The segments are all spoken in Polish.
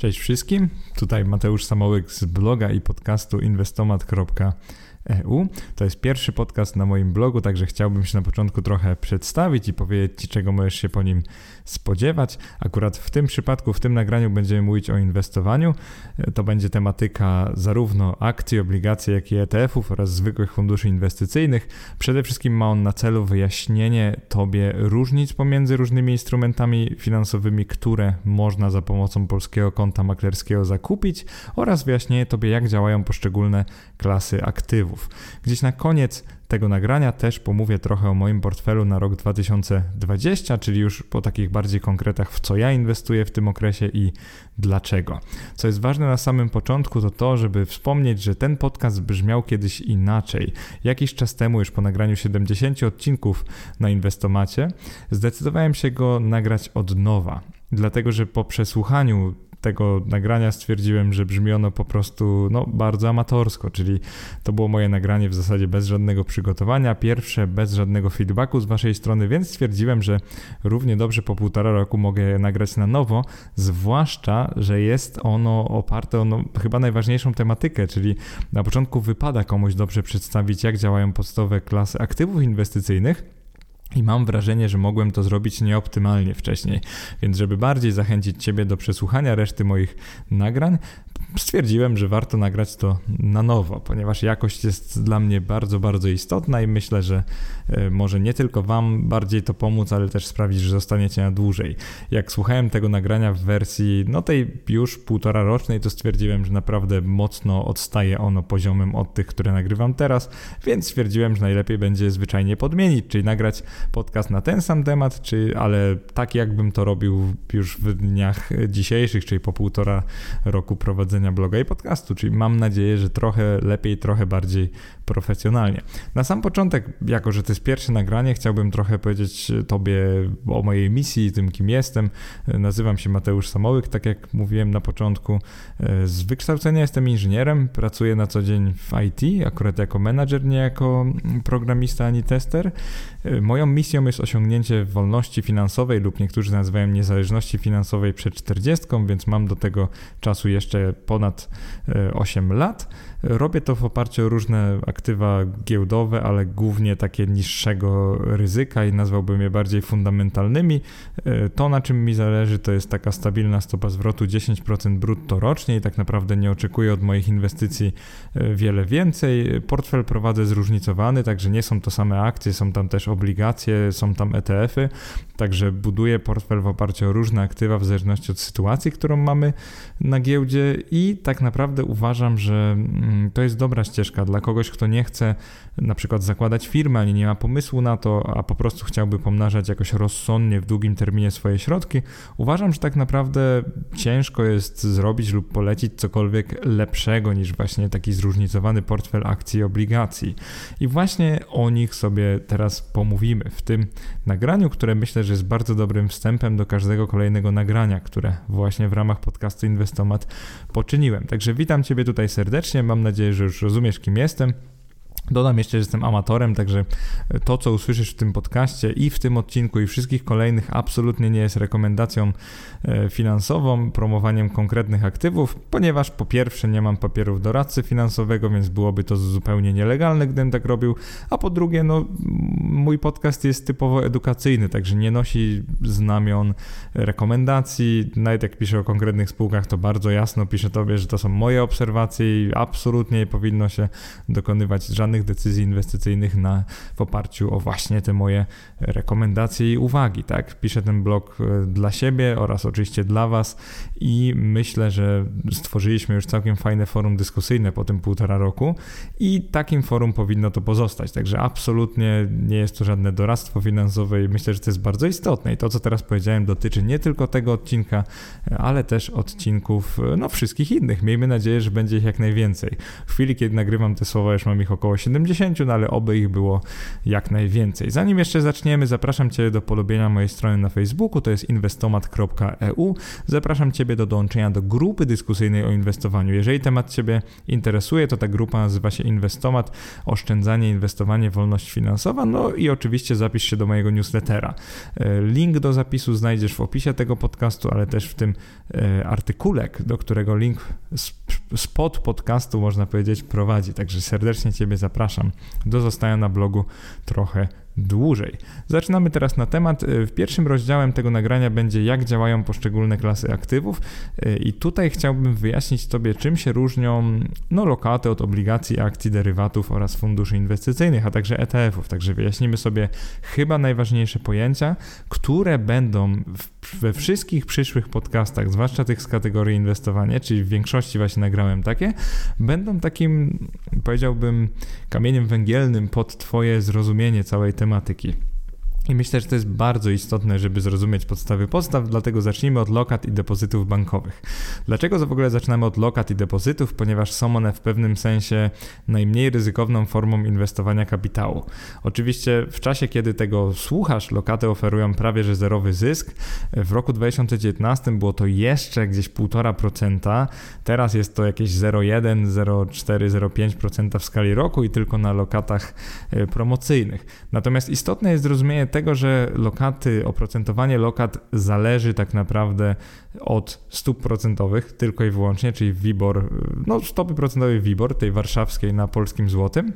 Cześć wszystkim, tutaj Mateusz Samołyk z bloga i podcastu inwestomat.eu. To jest pierwszy podcast na moim blogu, także chciałbym się na początku trochę przedstawić i powiedzieć Ci, czego możesz się po nim spodziewać. Akurat w tym przypadku, w tym nagraniu będziemy mówić o inwestowaniu. To będzie tematyka zarówno akcji, obligacji, jak i ETF-ów oraz zwykłych funduszy inwestycyjnych. Przede wszystkim ma on na celu wyjaśnienie Tobie różnic pomiędzy różnymi instrumentami finansowymi, które można za pomocą polskiego konta maklerskiego zakupić oraz wyjaśnienie Tobie, jak działają poszczególne klasy aktywów. Gdzieś na koniec tego nagrania też pomówię trochę o moim portfelu na rok 2020, czyli już po takich bardziej konkretach, w co ja inwestuję w tym okresie i dlaczego. Co jest ważne na samym początku, to to, żeby wspomnieć, że ten podcast brzmiał kiedyś inaczej. Jakiś czas temu, już po nagraniu 70 odcinków na Inwestomacie, zdecydowałem się go nagrać od nowa, dlatego że po przesłuchaniu tego nagrania stwierdziłem, że brzmi ono po prostu bardzo amatorsko, czyli to było moje nagranie w zasadzie bez żadnego przygotowania, pierwsze bez żadnego feedbacku z waszej strony, więc stwierdziłem, że równie dobrze po 1,5 roku mogę je nagrać na nowo, zwłaszcza, że jest ono oparte o chyba najważniejszą tematykę, czyli na początku wypada komuś dobrze przedstawić, jak działają podstawowe klasy aktywów inwestycyjnych. I mam wrażenie, że mogłem to zrobić nieoptymalnie wcześniej, więc żeby bardziej zachęcić Ciebie do przesłuchania reszty moich nagrań, stwierdziłem, że warto nagrać to na nowo, ponieważ jakość jest dla mnie bardzo, bardzo istotna i myślę, że może nie tylko Wam bardziej to pomóc, ale też sprawić, że zostaniecie na dłużej. Jak słuchałem tego nagrania w wersji tej już 1,5 rocznej, to stwierdziłem, że naprawdę mocno odstaje ono poziomem od tych, które nagrywam teraz, więc stwierdziłem, że najlepiej będzie zwyczajnie podmienić, czyli nagrać podcast na ten sam temat, ale tak jakbym to robił już w dniach dzisiejszych, czyli po 1,5 roku prowadzenia bloga i podcastu, czyli mam nadzieję, że trochę lepiej, trochę bardziej profesjonalnie. Na sam początek, jako że to jest pierwsze nagranie, chciałbym trochę powiedzieć Tobie o mojej misji, tym kim jestem. Nazywam się Mateusz Samołyk, tak jak mówiłem na początku. Z wykształcenia jestem inżynierem, pracuję na co dzień w IT, akurat jako menadżer, nie jako programista ani tester. Moją misją jest osiągnięcie wolności finansowej lub niektórzy nazywają niezależności finansowej przed 40, więc mam do tego czasu jeszcze ponad 8 lat. Robię to w oparciu o różne aktywa giełdowe, ale głównie takie niższego ryzyka i nazwałbym je bardziej fundamentalnymi. To, na czym mi zależy, to jest taka stabilna stopa zwrotu 10% brutto rocznie i tak naprawdę nie oczekuję od moich inwestycji wiele więcej. Portfel prowadzę zróżnicowany, także nie są to same akcje, są tam też obligacje, są tam ETF-y, także buduję portfel w oparciu o różne aktywa w zależności od sytuacji, którą mamy na giełdzie i tak naprawdę uważam, że to jest dobra ścieżka dla kogoś, kto nie chce na przykład zakładać firmy, ani nie ma pomysłu na to, a po prostu chciałby pomnażać jakoś rozsądnie w długim terminie swoje środki. Uważam, że tak naprawdę ciężko jest zrobić lub polecić cokolwiek lepszego niż właśnie taki zróżnicowany portfel akcji i obligacji. I właśnie o nich sobie teraz pomówimy w tym nagraniu, które myślę, że jest bardzo dobrym wstępem do każdego kolejnego nagrania, które właśnie w ramach podcastu Inwestomat poczyniłem. Także witam Ciebie tutaj serdecznie, mam nadzieję, że już rozumiesz, kim jestem. Dodam jeszcze, że jestem amatorem, także to, co usłyszysz w tym podcaście i w tym odcinku i wszystkich kolejnych absolutnie nie jest rekomendacją finansową, promowaniem konkretnych aktywów, ponieważ po pierwsze nie mam papierów doradcy finansowego, więc byłoby to zupełnie nielegalne, gdybym tak robił, a po drugie, mój podcast jest typowo edukacyjny, także nie nosi znamion rekomendacji, nawet jak piszę o konkretnych spółkach, to bardzo jasno piszę Tobie, że to są moje obserwacje i absolutnie nie powinno się dokonywać żadnych decyzji inwestycyjnych w oparciu o właśnie te moje rekomendacje i uwagi, tak? Piszę ten blog dla siebie oraz oczywiście dla Was i myślę, że stworzyliśmy już całkiem fajne forum dyskusyjne po tym 1,5 roku i takim forum powinno to pozostać, także absolutnie nie jest to żadne doradztwo finansowe i myślę, że to jest bardzo istotne i to, co teraz powiedziałem, dotyczy nie tylko tego odcinka, ale też odcinków wszystkich innych. Miejmy nadzieję, że będzie ich jak najwięcej. W chwili, kiedy nagrywam te słowa, już mam ich około 70, no ale oby ich było jak najwięcej. Zanim jeszcze zaczniemy, zapraszam Cię do polubienia mojej strony na Facebooku, to jest inwestomat.eu. Zapraszam Ciebie do dołączenia do grupy dyskusyjnej o inwestowaniu. Jeżeli temat Ciebie interesuje, to ta grupa nazywa się Inwestomat, oszczędzanie, inwestowanie, wolność finansowa, no i oczywiście zapisz się do mojego newslettera. Link do zapisu znajdziesz w opisie tego podcastu, ale też w tym artykule, do którego link spod podcastu, można powiedzieć, prowadzi. Także serdecznie Ciebie zapraszam do zostania na blogu trochę dłużej. Zaczynamy teraz na temat. Pierwszym rozdziałem tego nagrania będzie, jak działają poszczególne klasy aktywów i tutaj chciałbym wyjaśnić Tobie, czym się różnią lokaty od obligacji, akcji, derywatów oraz funduszy inwestycyjnych, a także ETF-ów. Także wyjaśnimy sobie chyba najważniejsze pojęcia, które będą we wszystkich przyszłych podcastach, zwłaszcza tych z kategorii inwestowanie, czyli w większości właśnie nagrałem takie, będą takim, powiedziałbym, kamieniem węgielnym pod Twoje zrozumienie całej tematyki. I myślę, że to jest bardzo istotne, żeby zrozumieć podstawy podstaw, dlatego zacznijmy od lokat i depozytów bankowych. Dlaczego w ogóle zaczynamy od lokat i depozytów? Ponieważ są one w pewnym sensie najmniej ryzykowną formą inwestowania kapitału. Oczywiście w czasie, kiedy tego słuchasz, lokaty oferują prawie że zerowy zysk. W roku 2019 było to jeszcze gdzieś 1,5%, teraz jest to jakieś 0,1, 0,4, 0,5% w skali roku i tylko na lokatach promocyjnych. Natomiast istotne jest zrozumienie tego, że oprocentowanie lokat zależy tak naprawdę od stóp procentowych tylko i wyłącznie, czyli WIBOR, stopy procentowej WIBOR, tej warszawskiej na polskim złotym.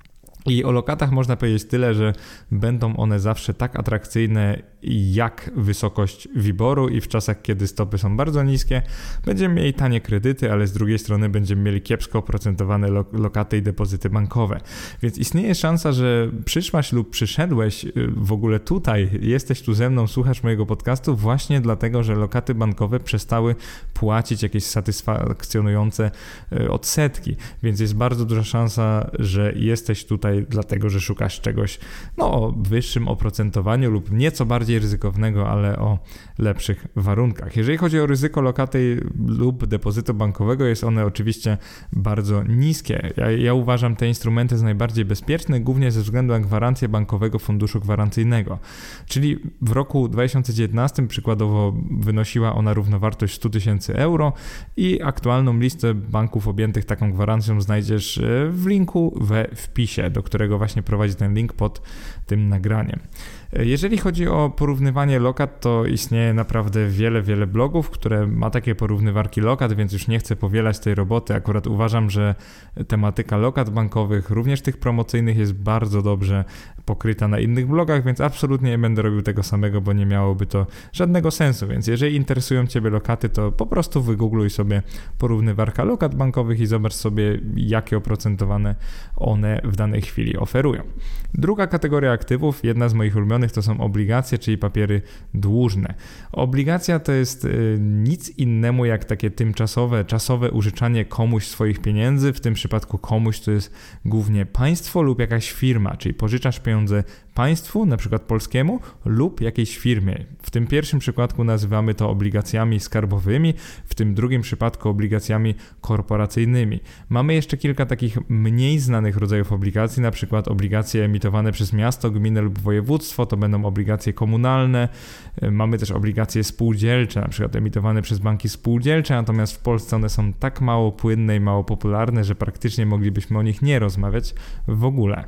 I o lokatach można powiedzieć tyle, że będą one zawsze tak atrakcyjne jak wysokość WIBOR-u i w czasach, kiedy stopy są bardzo niskie, będziemy mieli tanie kredyty, ale z drugiej strony będziemy mieli kiepsko oprocentowane lokaty i depozyty bankowe. Więc istnieje szansa, że przyszłaś lub przyszedłeś w ogóle tutaj, jesteś tu ze mną, słuchasz mojego podcastu właśnie dlatego, że lokaty bankowe przestały płacić jakieś satysfakcjonujące odsetki. Więc jest bardzo duża szansa, że jesteś tutaj dlatego, że szukasz czegoś o wyższym oprocentowaniu lub nieco bardziej ryzykownego, ale o lepszych warunkach. Jeżeli chodzi o ryzyko lokaty lub depozytu bankowego, jest one oczywiście bardzo niskie. Ja uważam te instrumenty za najbardziej bezpieczne, głównie ze względu na gwarancję bankowego funduszu gwarancyjnego. Czyli w roku 2019 przykładowo wynosiła ona równowartość 100 000 euro i aktualną listę banków objętych taką gwarancją znajdziesz w linku we wpisie, do którego właśnie prowadzi ten link pod tym nagraniem. Jeżeli chodzi o porównywanie lokat, to istnieje naprawdę wiele blogów, które ma takie porównywarki lokat, więc już nie chcę powielać tej roboty. Akurat uważam, że tematyka lokat bankowych, również tych promocyjnych, jest bardzo dobrze pokryta na innych blogach, więc absolutnie nie będę robił tego samego, bo nie miałoby to żadnego sensu. Więc jeżeli interesują Ciebie lokaty, to po prostu wygoogluj sobie porównywarka lokat bankowych i zobacz sobie, jakie oprocentowane one w danej chwili oferują. Druga kategoria aktywów, jedna z moich ulubionych, to są obligacje, czyli papiery dłużne. Obligacja to jest nic innemu jak takie czasowe użyczanie komuś swoich pieniędzy, w tym przypadku komuś to jest głównie państwo lub jakaś firma, czyli pożyczasz pieniądze państwu, na przykład polskiemu, lub jakiejś firmie. W tym pierwszym przypadku nazywamy to obligacjami skarbowymi, w tym drugim przypadku obligacjami korporacyjnymi. Mamy jeszcze kilka takich mniej znanych rodzajów obligacji, na przykład obligacje emitowane przez miasto, gminę lub województwo, to będą obligacje komunalne. Mamy też obligacje spółdzielcze, na przykład emitowane przez banki spółdzielcze, natomiast w Polsce one są tak mało płynne i mało popularne, że praktycznie moglibyśmy o nich nie rozmawiać w ogóle.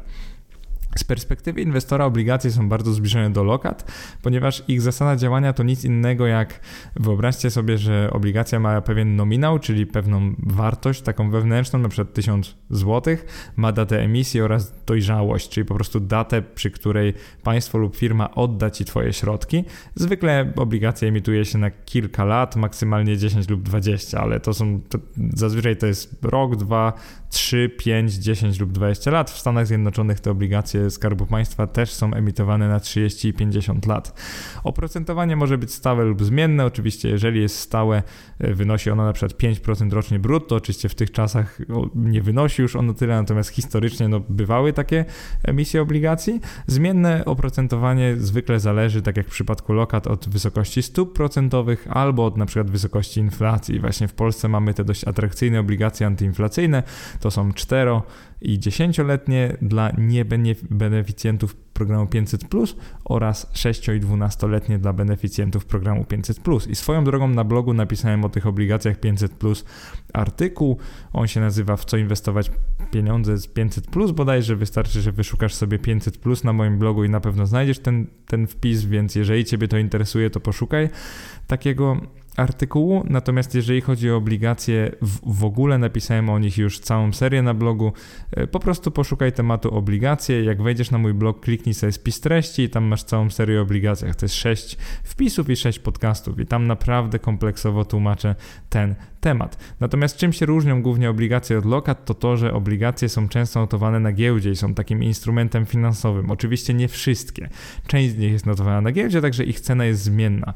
Z perspektywy inwestora obligacje są bardzo zbliżone do lokat, ponieważ ich zasada działania to nic innego jak, wyobraźcie sobie, że obligacja ma pewien nominał, czyli pewną wartość taką wewnętrzną, na przykład 1000 zł, ma datę emisji oraz dojrzałość, czyli po prostu datę, przy której państwo lub firma odda Ci Twoje środki. Zwykle obligacje emituje się na kilka lat, maksymalnie 10 lub 20, ale zazwyczaj to jest rok, 2, 3, 5, 10 lub 20 lat. W Stanach Zjednoczonych te obligacje Skarbu Państwa też są emitowane na 30 i 50 lat. Oprocentowanie może być stałe lub zmienne. Oczywiście jeżeli jest stałe, wynosi ono na przykład 5% rocznie brutto. Oczywiście w tych czasach nie wynosi już ono tyle, natomiast historycznie bywały takie emisje obligacji. Zmienne oprocentowanie zwykle zależy, tak jak w przypadku lokat, od wysokości stóp procentowych albo od na przykład wysokości inflacji. Właśnie w Polsce mamy te dość atrakcyjne obligacje antyinflacyjne. To są 4- i 10-letnie dla niebeneficjentów programu 500+, oraz 6- i 12-letnie dla beneficjentów programu 500+. I swoją drogą na blogu napisałem o tych obligacjach 500+ artykuł. On się nazywa "W co inwestować pieniądze z 500+", bodajże wystarczy, że wyszukasz sobie 500+ na moim blogu i na pewno znajdziesz ten wpis, więc jeżeli Ciebie to interesuje, to poszukaj takiego artykułu. Natomiast jeżeli chodzi o obligacje, w ogóle napisałem o nich już całą serię na blogu. Po prostu poszukaj tematu obligacje. Jak wejdziesz na mój blog, kliknij sobie spis treści i tam masz całą serię o obligacjach. To jest 6 wpisów i 6 podcastów i tam naprawdę kompleksowo tłumaczę ten temat. Natomiast czym się różnią głównie obligacje od lokat, to to, że obligacje są często notowane na giełdzie i są takim instrumentem finansowym. Oczywiście nie wszystkie. Część z nich jest notowana na giełdzie, także ich cena jest zmienna.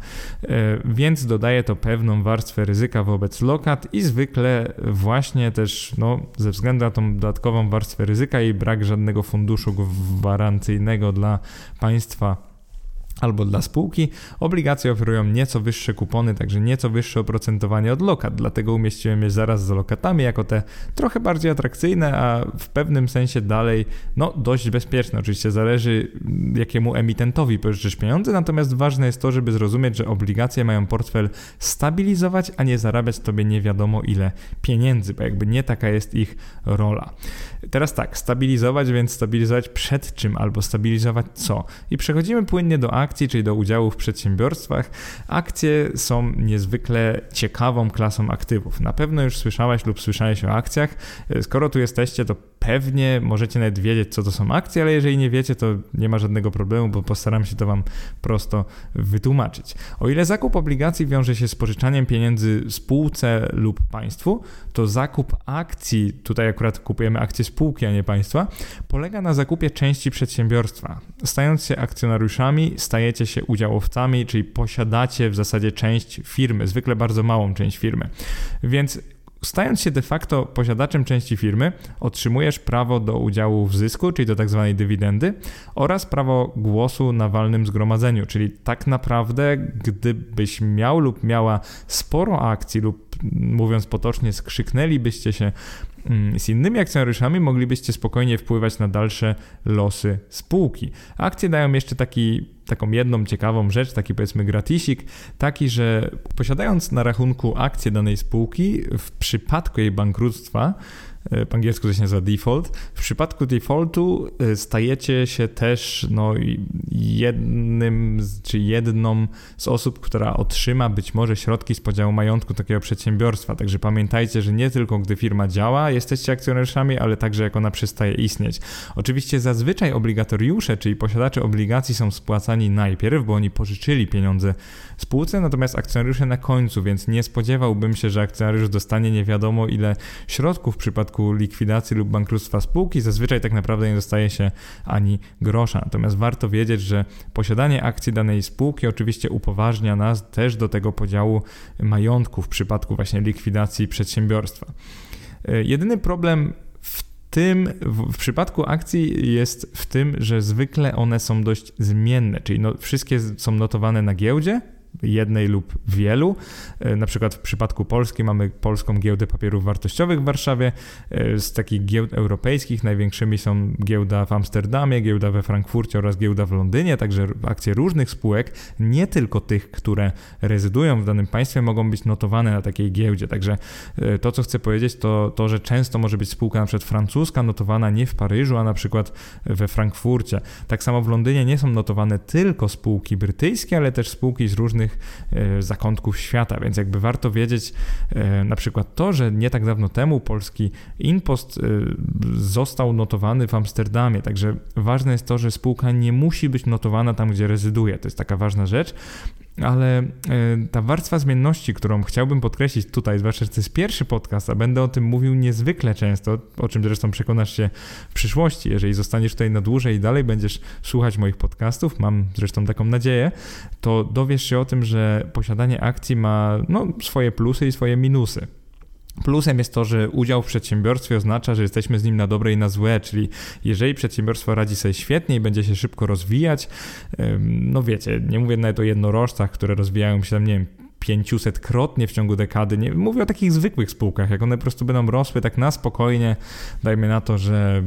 Więc dodaje to pewną warstwę ryzyka wobec lokat i zwykle właśnie też ze względu na tą dodatkową warstwę ryzyka i brak żadnego funduszu gwarancyjnego dla państwa albo dla spółki, obligacje oferują nieco wyższe kupony, także nieco wyższe oprocentowanie od lokat, dlatego umieściłem je zaraz za lokatami jako te trochę bardziej atrakcyjne, a w pewnym sensie dalej dość bezpieczne. Oczywiście zależy, jakiemu emitentowi pożyczysz pieniądze, natomiast ważne jest to, żeby zrozumieć, że obligacje mają portfel stabilizować, a nie zarabiać tobie nie wiadomo ile pieniędzy, bo jakby nie taka jest ich rola. Teraz tak, stabilizować, więc stabilizować przed czym albo stabilizować co? I przechodzimy płynnie do akcji, czyli do udziału w przedsiębiorstwach. Akcje są niezwykle ciekawą klasą aktywów. Na pewno już słyszałaś lub słyszałeś o akcjach. Skoro tu jesteście, to pewnie możecie nawet wiedzieć, co to są akcje, ale jeżeli nie wiecie, to nie ma żadnego problemu, bo postaram się to wam prosto wytłumaczyć. O ile zakup obligacji wiąże się z pożyczaniem pieniędzy spółce lub państwu, to zakup akcji, tutaj akurat kupujemy akcje spółki, a nie państwa, polega na zakupie części przedsiębiorstwa. Stając się akcjonariuszami, stajecie się udziałowcami, czyli posiadacie w zasadzie część firmy, zwykle bardzo małą część firmy. Więc stając się de facto posiadaczem części firmy, otrzymujesz prawo do udziału w zysku, czyli do tak zwanej dywidendy, oraz prawo głosu na walnym zgromadzeniu, czyli tak naprawdę gdybyś miał lub miała sporo akcji lub mówiąc potocznie skrzyknęlibyście się z innymi akcjonariuszami, moglibyście spokojnie wpływać na dalsze losy spółki. Akcje dają jeszcze taką jedną ciekawą rzecz, taki powiedzmy gratisik, taki, że posiadając na rachunku akcje danej spółki, w przypadku jej bankructwa, po angielsku to się nazywa default, w przypadku defaultu stajecie się też jedną z osób, która otrzyma być może środki z podziału majątku takiego przedsiębiorstwa. Także pamiętajcie, że nie tylko gdy firma działa, jesteście akcjonariuszami, ale także jak ona przestaje istnieć. Oczywiście zazwyczaj obligatoriusze, czyli posiadacze obligacji są spłacani najpierw, bo oni pożyczyli pieniądze spółce, natomiast akcjonariusze na końcu, więc nie spodziewałbym się, że akcjonariusz dostanie nie wiadomo ile środków w przypadku likwidacji lub bankructwa spółki. Zazwyczaj tak naprawdę nie dostaje się ani grosza. Natomiast warto wiedzieć, że posiadanie akcji danej spółki oczywiście upoważnia nas też do tego podziału majątku w przypadku właśnie likwidacji przedsiębiorstwa. Jedyny problem w przypadku akcji jest w tym, że zwykle one są dość zmienne, czyli wszystkie są notowane na giełdzie, jednej lub wielu. Na przykład w przypadku Polski mamy Polską Giełdę Papierów Wartościowych w Warszawie. Z takich giełd europejskich największymi są giełda w Amsterdamie, giełda we Frankfurcie oraz giełda w Londynie, także akcje różnych spółek, nie tylko tych, które rezydują w danym państwie, mogą być notowane na takiej giełdzie. Także to, co chcę powiedzieć, to, że często może być spółka na przykład francuska notowana nie w Paryżu, a na przykład we Frankfurcie. Tak samo w Londynie nie są notowane tylko spółki brytyjskie, ale też spółki z różnych zakątków świata, więc jakby warto wiedzieć na przykład to, że nie tak dawno temu polski InPost został notowany w Amsterdamie, także ważne jest to, że spółka nie musi być notowana tam, gdzie rezyduje, to jest taka ważna rzecz, ale ta warstwa zmienności, którą chciałbym podkreślić tutaj, zwłaszcza, że to jest pierwszy podcast, a będę o tym mówił niezwykle często, o czym zresztą przekonasz się w przyszłości, jeżeli zostaniesz tutaj na dłużej i dalej będziesz słuchać moich podcastów, mam zresztą taką nadzieję, to dowiesz się o tym, że posiadanie akcji ma swoje plusy i swoje minusy. Plusem jest to, że udział w przedsiębiorstwie oznacza, że jesteśmy z nim na dobre i na złe, czyli jeżeli przedsiębiorstwo radzi sobie świetnie i będzie się szybko rozwijać, wiecie, nie mówię nawet o jednorożcach, które rozwijają się tam, 500-krotnie w ciągu dekady. Nie mówię o takich zwykłych spółkach, jak one po prostu będą rosły tak na spokojnie, dajmy na to, że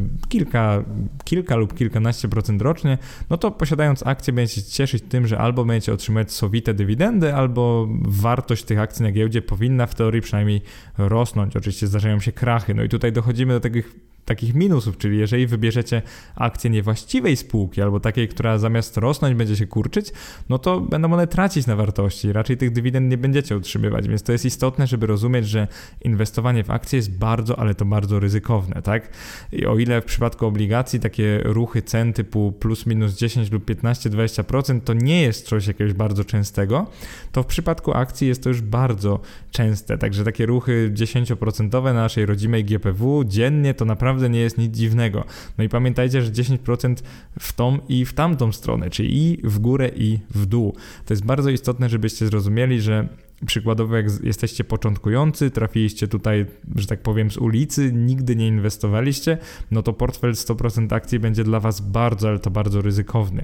kilka lub kilkanaście procent rocznie, no to posiadając akcje będziecie się cieszyć tym, że albo będziecie otrzymywać sowite dywidendy, albo wartość tych akcji na giełdzie powinna w teorii przynajmniej rosnąć. Oczywiście zdarzają się krachy, no i tutaj dochodzimy do takich minusów, czyli jeżeli wybierzecie akcję niewłaściwej spółki albo takiej, która zamiast rosnąć będzie się kurczyć, no to będą one tracić na wartości, raczej tych dywidend nie będziecie utrzymywać, więc to jest istotne, żeby rozumieć, że inwestowanie w akcje jest bardzo, ale to bardzo ryzykowne, tak? I o ile w przypadku obligacji takie ruchy cen typu plus minus 10 lub 15-20% to nie jest coś jakiegoś bardzo częstego, to w przypadku akcji jest to już bardzo częste, także takie ruchy 10% na naszej rodzimej GPW dziennie to naprawdę nie jest nic dziwnego. No i pamiętajcie, że 10% w tą i w tamtą stronę, czyli i w górę i w dół. To jest bardzo istotne, żebyście zrozumieli, że przykładowo jak jesteście początkujący, trafiliście tutaj, że tak powiem, z ulicy, nigdy nie inwestowaliście, no to portfel 100% akcji będzie dla Was bardzo, ale to bardzo ryzykowny.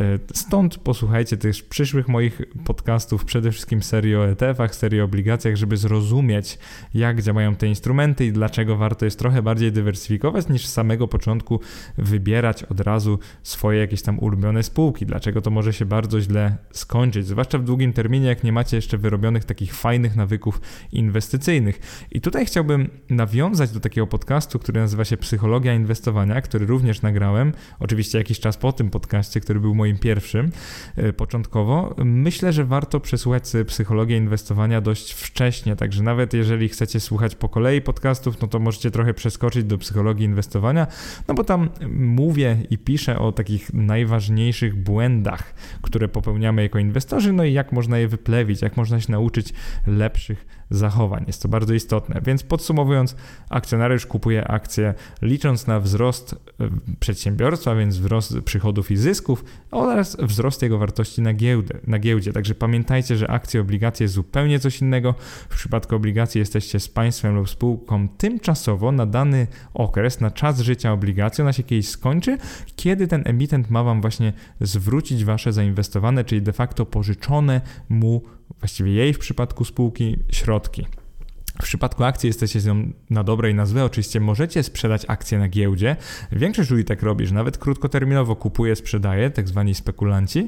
Stąd posłuchajcie też przyszłych moich podcastów, przede wszystkim serii o ETF-ach, serii o obligacjach, żeby zrozumieć, jak działają te instrumenty i dlaczego warto jest trochę bardziej dywersyfikować, niż z samego początku wybierać od razu swoje jakieś tam ulubione spółki. Dlaczego to może się bardzo źle skończyć, zwłaszcza w długim terminie, jak nie macie jeszcze wyrobionych takich fajnych nawyków inwestycyjnych. I tutaj chciałbym nawiązać do takiego podcastu, który nazywa się Psychologia Inwestowania, który również nagrałem, oczywiście jakiś czas po tym podcaście, który był moim pierwszym początkowo. Myślę, że warto przesłuchać sobie Psychologię Inwestowania dość wcześnie, także nawet jeżeli chcecie słuchać po kolei podcastów, no to możecie trochę przeskoczyć do Psychologii Inwestowania, no bo tam mówię i piszę o takich najważniejszych błędach, które popełniamy jako inwestorzy, no i jak można je wyplewić, jak można się nauczyć lepszych zachowań. Jest to bardzo istotne. Więc podsumowując, akcjonariusz kupuje akcje licząc na wzrost przedsiębiorstwa, więc wzrost przychodów i zysków oraz wzrost jego wartości na giełdzie. Także pamiętajcie, że akcje, obligacje jest zupełnie coś innego. W przypadku obligacji jesteście z państwem lub spółką tymczasowo na dany okres, na czas życia obligacji. Ona się kiedyś skończy, kiedy ten emitent ma wam właśnie zwrócić wasze zainwestowane, czyli de facto pożyczone mu, właściwie jej w przypadku spółki, środki. W przypadku akcji jesteście z nią na dobrej na złe. Oczywiście możecie sprzedać akcje na giełdzie. Większość ludzi tak robi, że nawet krótkoterminowo kupuje, sprzedaje, tak zwani spekulanci.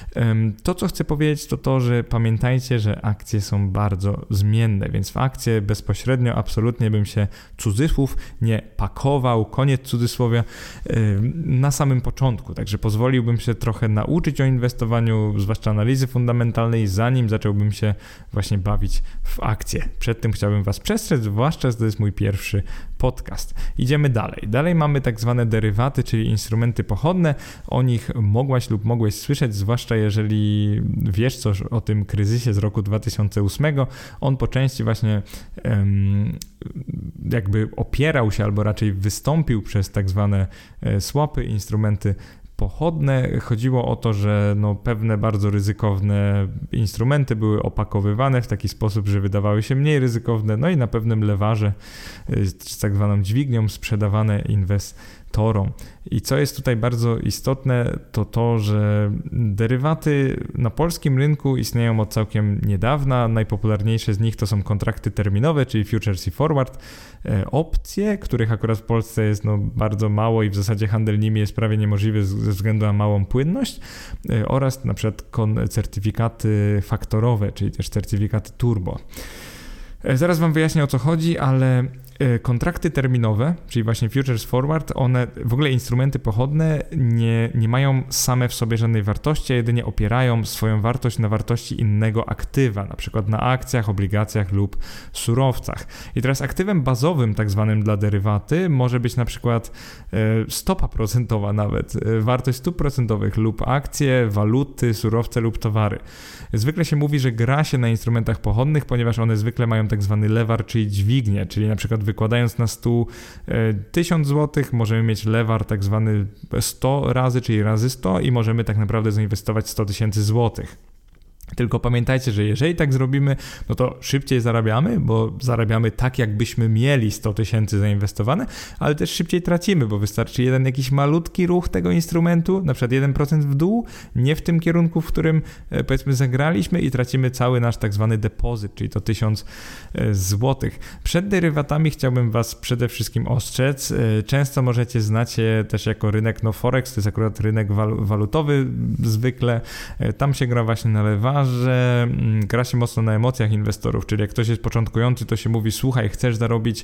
To, co chcę powiedzieć, to to, że pamiętajcie, że akcje są bardzo zmienne, więc w akcje bezpośrednio absolutnie bym się, cudzysłów, nie pakował, koniec cudzysłowia, na samym początku. Także pozwoliłbym się trochę nauczyć o inwestowaniu, zwłaszcza analizy fundamentalnej, zanim zacząłbym się właśnie bawić w akcje. Przed tym chciałbym Was przestrzec, zwłaszcza, że to jest mój pierwszy podcast. Idziemy dalej. Dalej mamy tak zwane derywaty, czyli instrumenty pochodne. O nich mogłeś słyszeć, zwłaszcza jeżeli wiesz coś o tym kryzysie z roku 2008. On po części właśnie jakby opierał się, albo raczej wystąpił przez tak zwane swapy, instrumenty pochodne. Chodziło o to, że pewne bardzo ryzykowne instrumenty były opakowywane w taki sposób, że wydawały się mniej ryzykowne, no i na pewnym lewarze z tak zwaną dźwignią sprzedawane inwestorom. I co jest tutaj bardzo istotne, to to, że derywaty na polskim rynku istnieją od całkiem niedawna. Najpopularniejsze z nich to są kontrakty terminowe, czyli futures i forward, opcje, których akurat w Polsce jest bardzo mało i w zasadzie handel nimi jest prawie niemożliwy ze względu na małą płynność, oraz na przykład certyfikaty faktorowe, czyli też certyfikaty turbo. Zaraz Wam wyjaśnię, o co chodzi, ale kontrakty terminowe, czyli właśnie futures forward, one, w ogóle instrumenty pochodne nie mają same w sobie żadnej wartości, a jedynie opierają swoją wartość na wartości innego aktywa, na przykład na akcjach, obligacjach lub surowcach. I teraz aktywem bazowym, tak zwanym dla derywaty, może być na przykład stopa procentowa nawet, wartość stóp procentowych lub akcje, waluty, surowce lub towary. Zwykle się mówi, że gra się na instrumentach pochodnych, ponieważ one zwykle mają tak zwany lewar, czyli dźwignię, czyli na przykład wykładając na stół 1000 zł, możemy mieć lewar tak zwany 100 razy, czyli razy 100 i możemy tak naprawdę zainwestować 100 000 złotych. Tylko pamiętajcie, że jeżeli tak zrobimy, no to szybciej zarabiamy, bo zarabiamy tak, jakbyśmy mieli 100 tysięcy zainwestowane, ale też szybciej tracimy, bo wystarczy jeden jakiś malutki ruch tego instrumentu, na przykład 1% w dół, nie w tym kierunku, w którym powiedzmy zagraliśmy i tracimy cały nasz tak zwany depozyt, czyli to 1000 złotych. Przed derywatami chciałbym Was przede wszystkim ostrzec. Często możecie znać je też jako rynek Forex, to jest akurat rynek walutowy zwykle. Tam się gra właśnie na lewarze, gra się mocno na emocjach inwestorów, czyli jak ktoś jest początkujący, to się mówi, słuchaj, chcesz zarobić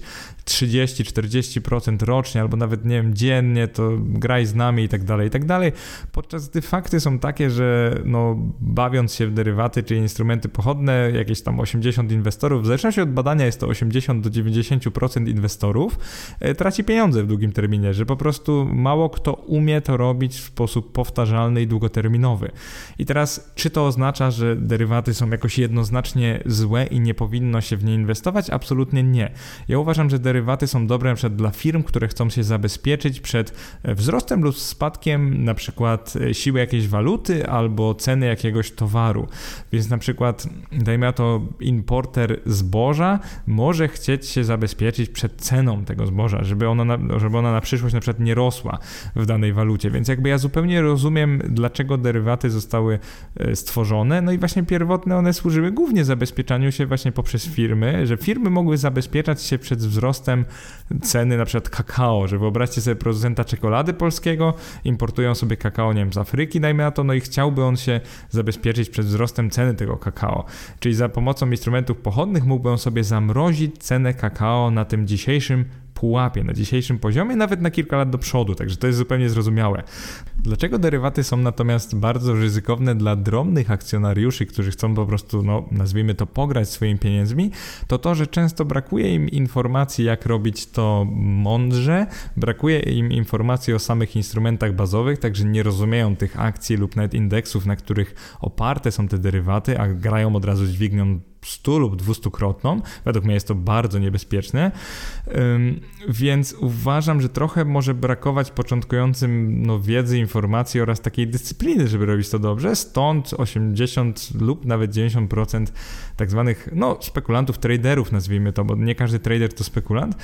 30-40% rocznie, albo nawet, nie wiem, dziennie, to graj z nami i tak dalej, podczas gdy fakty są takie, że bawiąc się w derywaty, czyli instrumenty pochodne, jakieś tam 80 inwestorów, w zależności od badania jest to 80 do 90% inwestorów, traci pieniądze w długim terminie, że po prostu mało kto umie to robić w sposób powtarzalny i długoterminowy. I teraz, czy to oznacza, że derywaty są jakoś jednoznacznie złe i nie powinno się w nie inwestować? Absolutnie nie. Ja uważam, że derywaty są dobre na przykład dla firm, które chcą się zabezpieczyć przed wzrostem lub spadkiem na przykład siły jakiejś waluty albo ceny jakiegoś towaru. Więc na przykład, dajmy na to, importer zboża może chcieć się zabezpieczyć przed ceną tego zboża, żeby ona na przyszłość na przykład nie rosła w danej walucie. Więc jakby ja zupełnie rozumiem, dlaczego derywaty zostały stworzone. No i właśnie pierwotne one służyły głównie zabezpieczaniu się właśnie poprzez firmy, że firmy mogły zabezpieczać się przed wzrostem ceny na przykład kakao, że wyobraźcie sobie producenta czekolady polskiego, importują sobie kakao, nie wiem, z Afryki, dajmy na to, no i chciałby on się zabezpieczyć przed wzrostem ceny tego kakao. Czyli za pomocą instrumentów pochodnych mógłby on sobie zamrozić cenę kakao na tym dzisiejszym pułapie, na dzisiejszym poziomie, nawet na kilka lat do przodu, także to jest zupełnie zrozumiałe. Dlaczego derywaty są natomiast bardzo ryzykowne dla drobnych akcjonariuszy, którzy chcą po prostu, nazwijmy to, pograć swoimi pieniędzmi, to, że często brakuje im informacji, jak robić to mądrze, brakuje im informacji o samych instrumentach bazowych, także nie rozumieją tych akcji lub nawet indeksów, na których oparte są te derywaty, a grają od razu dźwignią 100 lub 200-krotną. Według mnie jest to bardzo niebezpieczne, więc uważam, że trochę może brakować początkującym wiedzy, informacji oraz takiej dyscypliny, żeby robić to dobrze. Stąd 80 lub nawet 90% tak zwanych spekulantów, traderów, nazwijmy to, bo nie każdy trader to spekulant,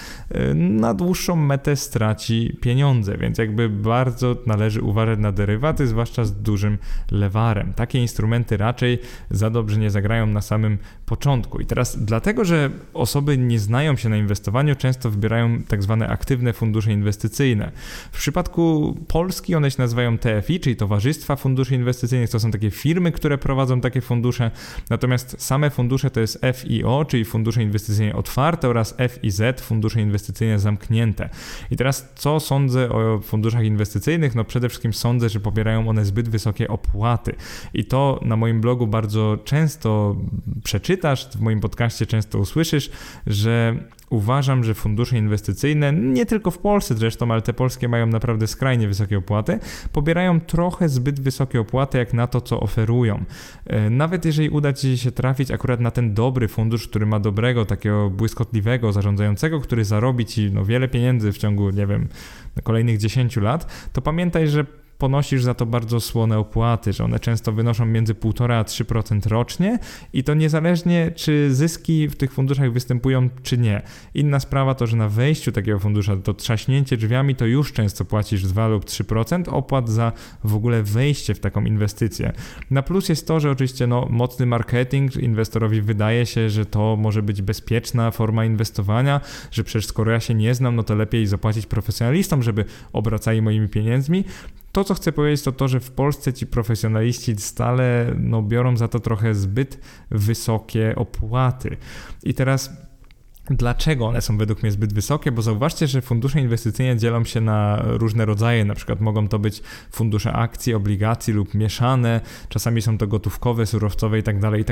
na dłuższą metę straci pieniądze, więc jakby bardzo należy uważać na derywaty, zwłaszcza z dużym lewarem. Takie instrumenty raczej za dobrze nie zagrają na samym początku. I teraz dlatego, że osoby nie znają się na inwestowaniu, często wybierają tak zwane aktywne fundusze inwestycyjne. W przypadku Polski one się nazywają TFI, czyli Towarzystwa Funduszy Inwestycyjnych. To są takie firmy, które prowadzą takie fundusze. Natomiast same fundusze to jest FIO, czyli Fundusze Inwestycyjne Otwarte, oraz FIZ, Fundusze Inwestycyjne Zamknięte. I teraz co sądzę o funduszach inwestycyjnych? Przede wszystkim sądzę, że pobierają one zbyt wysokie opłaty. I to na moim blogu bardzo często przeczytasz, w moim podcaście często usłyszysz, że uważam, że fundusze inwestycyjne, nie tylko w Polsce zresztą, ale te polskie mają naprawdę skrajnie wysokie opłaty, pobierają trochę zbyt wysokie opłaty jak na to, co oferują. Nawet jeżeli uda Ci się trafić akurat na ten dobry fundusz, który ma dobrego, takiego błyskotliwego zarządzającego, który zarobi Ci wiele pieniędzy w ciągu, nie wiem, kolejnych 10 lat, to pamiętaj, że ponosisz za to bardzo słone opłaty, że one często wynoszą między 1,5 a 3% rocznie i to niezależnie, czy zyski w tych funduszach występują, czy nie. Inna sprawa to, że na wejściu takiego fundusza, to trzaśnięcie drzwiami, to już często płacisz 2 lub 3% opłat za w ogóle wejście w taką inwestycję. Na plus jest to, że oczywiście mocny marketing, inwestorowi wydaje się, że to może być bezpieczna forma inwestowania, że przecież skoro ja się nie znam, to lepiej zapłacić profesjonalistom, żeby obracali moimi pieniędzmi. To, co chcę powiedzieć, to, że w Polsce ci profesjonaliści stale biorą za to trochę zbyt wysokie opłaty. I teraz dlaczego one są według mnie zbyt wysokie? Bo zauważcie, że fundusze inwestycyjne dzielą się na różne rodzaje, na przykład mogą to być fundusze akcji, obligacji lub mieszane, czasami są to gotówkowe, surowcowe itd.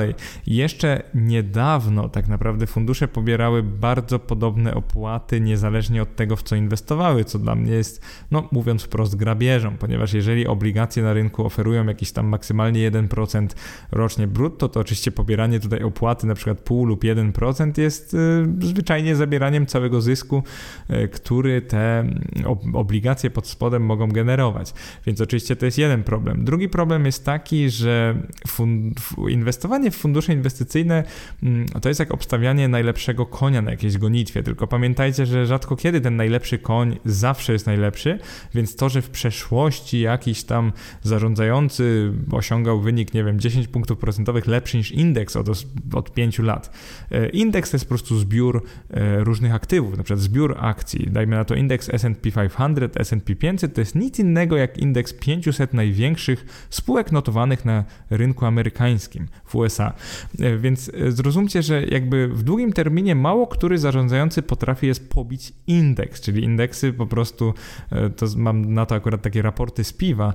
Jeszcze niedawno tak naprawdę fundusze pobierały bardzo podobne opłaty, niezależnie od tego, w co inwestowały, co dla mnie jest, mówiąc wprost, grabieżą, ponieważ jeżeli obligacje na rynku oferują jakiś tam maksymalnie 1% rocznie brutto, to oczywiście pobieranie tutaj opłaty na przykład 0,5 lub 1% jest zwyczajnie zabieraniem całego zysku, który te obligacje pod spodem mogą generować. Więc oczywiście to jest jeden problem. Drugi problem jest taki, że inwestowanie w fundusze inwestycyjne to jest jak obstawianie najlepszego konia na jakiejś gonitwie, tylko pamiętajcie, że rzadko kiedy ten najlepszy koń zawsze jest najlepszy, więc to, że w przeszłości jakiś tam zarządzający osiągał wynik, 10 punktów procentowych lepszy niż indeks od 5 lat. Indeks to jest po prostu zbiór różnych aktywów, na przykład zbiór akcji. Dajmy na to indeks S&P 500, S&P 500 to jest nic innego jak indeks 500 największych spółek notowanych na rynku amerykańskim w USA. Więc zrozumcie, że jakby w długim terminie mało który zarządzający potrafi jest pobić indeks, czyli indeksy po prostu, to mam na to akurat takie raporty z piwa,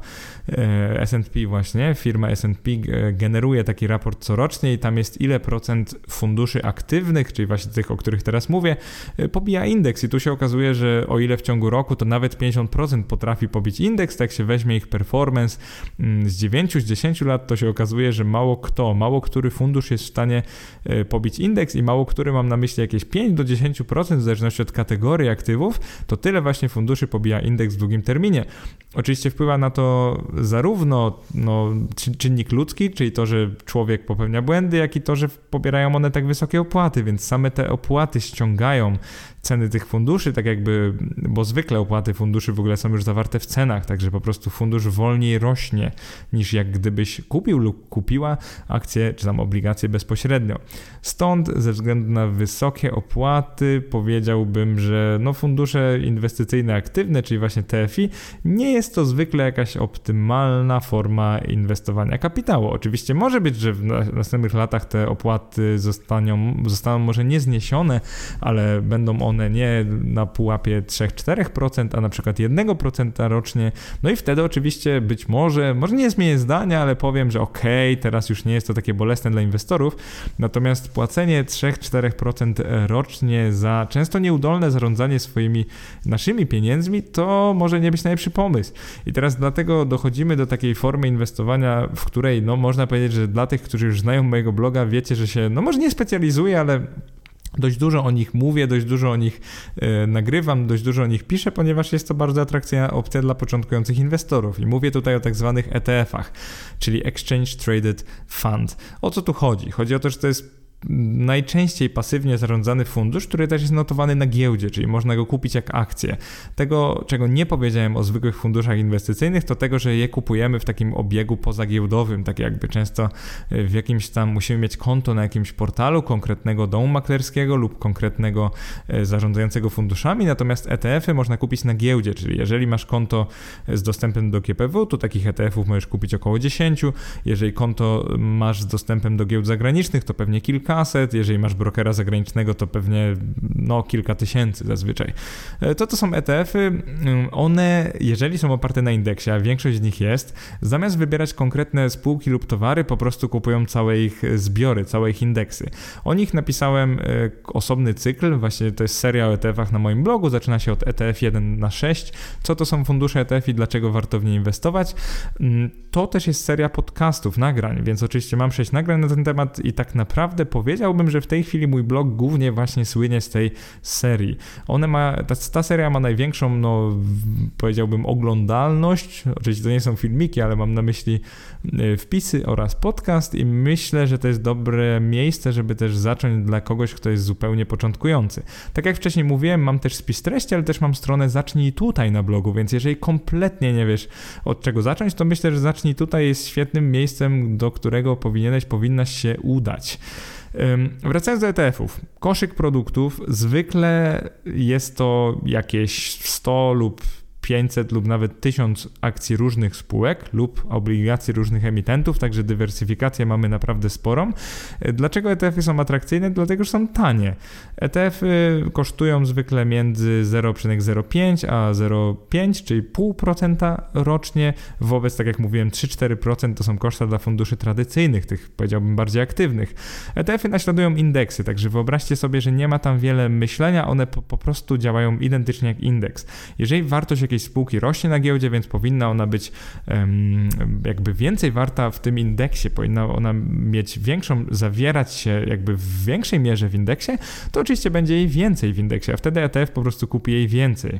S&P właśnie, firma S&P generuje taki raport corocznie i tam jest ile procent funduszy aktywnych, czyli właśnie tych, o których teraz mówię, pobija indeks i tu się okazuje, że o ile w ciągu roku to nawet 50% potrafi pobić indeks, tak jak się weźmie ich performance z 9, z 10 lat, to się okazuje, że mało który fundusz jest w stanie pobić indeks i mało który, mam na myśli jakieś 5 do 10% w zależności od kategorii aktywów, to tyle właśnie funduszy pobija indeks w długim terminie. Oczywiście wpływa na to zarówno czynnik ludzki, czyli to, że człowiek popełnia błędy, jak i to, że pobierają one tak wysokie opłaty, więc same te opłaty ściągają ceny tych funduszy, tak jakby, bo zwykle opłaty funduszy w ogóle są już zawarte w cenach, także po prostu fundusz wolniej rośnie niż jak gdybyś kupił lub kupiła akcje czy tam obligacje bezpośrednio. Stąd ze względu na wysokie opłaty powiedziałbym, że fundusze inwestycyjne aktywne, czyli właśnie TFI, nie jest to zwykle jakaś optymalna forma inwestowania kapitału. Oczywiście może być, że w następnych latach te opłaty zostaną może nie zniesione, ale będą one nie na pułapie 3-4%, a na przykład 1% rocznie. No i wtedy oczywiście być może nie zmienię zdania, ale powiem, że teraz już nie jest to takie bolesne dla inwestorów, natomiast płacenie 3-4% rocznie za często nieudolne zarządzanie naszymi pieniędzmi, to może nie być najlepszy pomysł. I teraz dlatego dochodzimy do takiej formy inwestowania, w której można powiedzieć, że dla tych, którzy już znają mojego bloga, wiecie, że się może nie specjalizuję, ale dość dużo o nich mówię, dość dużo o nich nagrywam, dość dużo o nich piszę, ponieważ jest to bardzo atrakcyjna opcja dla początkujących inwestorów. I mówię tutaj o tak zwanych ETF-ach, czyli Exchange Traded Fund. O co tu chodzi? Chodzi o to, że to jest najczęściej pasywnie zarządzany fundusz, który też jest notowany na giełdzie, czyli można go kupić jak akcję. Tego, czego nie powiedziałem o zwykłych funduszach inwestycyjnych, to tego, że je kupujemy w takim obiegu pozagiełdowym, tak jakby często w jakimś tam musimy mieć konto na jakimś portalu konkretnego domu maklerskiego lub konkretnego zarządzającego funduszami, natomiast ETF-y można kupić na giełdzie, czyli jeżeli masz konto z dostępem do GPW, to takich ETF-ów możesz kupić około 10, jeżeli konto masz z dostępem do giełd zagranicznych, to pewnie kilkaset, jeżeli masz brokera zagranicznego, to pewnie kilka tysięcy zazwyczaj. To są ETF-y, one, jeżeli są oparte na indeksie, a większość z nich jest, zamiast wybierać konkretne spółki lub towary, po prostu kupują całe ich zbiory, całe ich indeksy. O nich napisałem osobny cykl, właśnie to jest seria o ETF-ach na moim blogu, zaczyna się od ETF 1-6. Co to są fundusze ETF i dlaczego warto w nie inwestować? To też jest seria podcastów, nagrań, więc oczywiście mam 6 nagrań na ten temat i tak naprawdę powiedziałbym, że w tej chwili mój blog głównie właśnie słynie z tej serii. Ta seria ma największą, powiedziałbym, oglądalność. Oczywiście to nie są filmiki, ale mam na myśli wpisy oraz podcast i myślę, że to jest dobre miejsce, żeby też zacząć dla kogoś, kto jest zupełnie początkujący. Tak jak wcześniej mówiłem, mam też spis treści, ale też mam stronę Zacznij tutaj na blogu, więc jeżeli kompletnie nie wiesz, od czego zacząć, to myślę, że Zacznij tutaj jest świetnym miejscem, do którego powinnaś się udać. Wracając do ETF-ów, koszyk produktów, zwykle jest to jakieś 100 lub 500 lub nawet 1000 akcji różnych spółek lub obligacji różnych emitentów, także dywersyfikację mamy naprawdę sporą. Dlaczego ETF-y są atrakcyjne? Dlatego, że są tanie. ETF-y kosztują zwykle między 0,05 a 0,5, czyli 0,5% rocznie, wobec, tak jak mówiłem, 3-4% to są koszta dla funduszy tradycyjnych, tych powiedziałbym bardziej aktywnych. ETF-y naśladują indeksy, także wyobraźcie sobie, że nie ma tam wiele myślenia, one po prostu działają identycznie jak indeks. Jeżeli wartość jakiejś spółki rośnie na giełdzie, więc powinna ona być jakby więcej warta w tym indeksie, powinna ona mieć zawierać się jakby w większej mierze w indeksie, to oczywiście będzie jej więcej w indeksie, a wtedy ETF po prostu kupi jej więcej.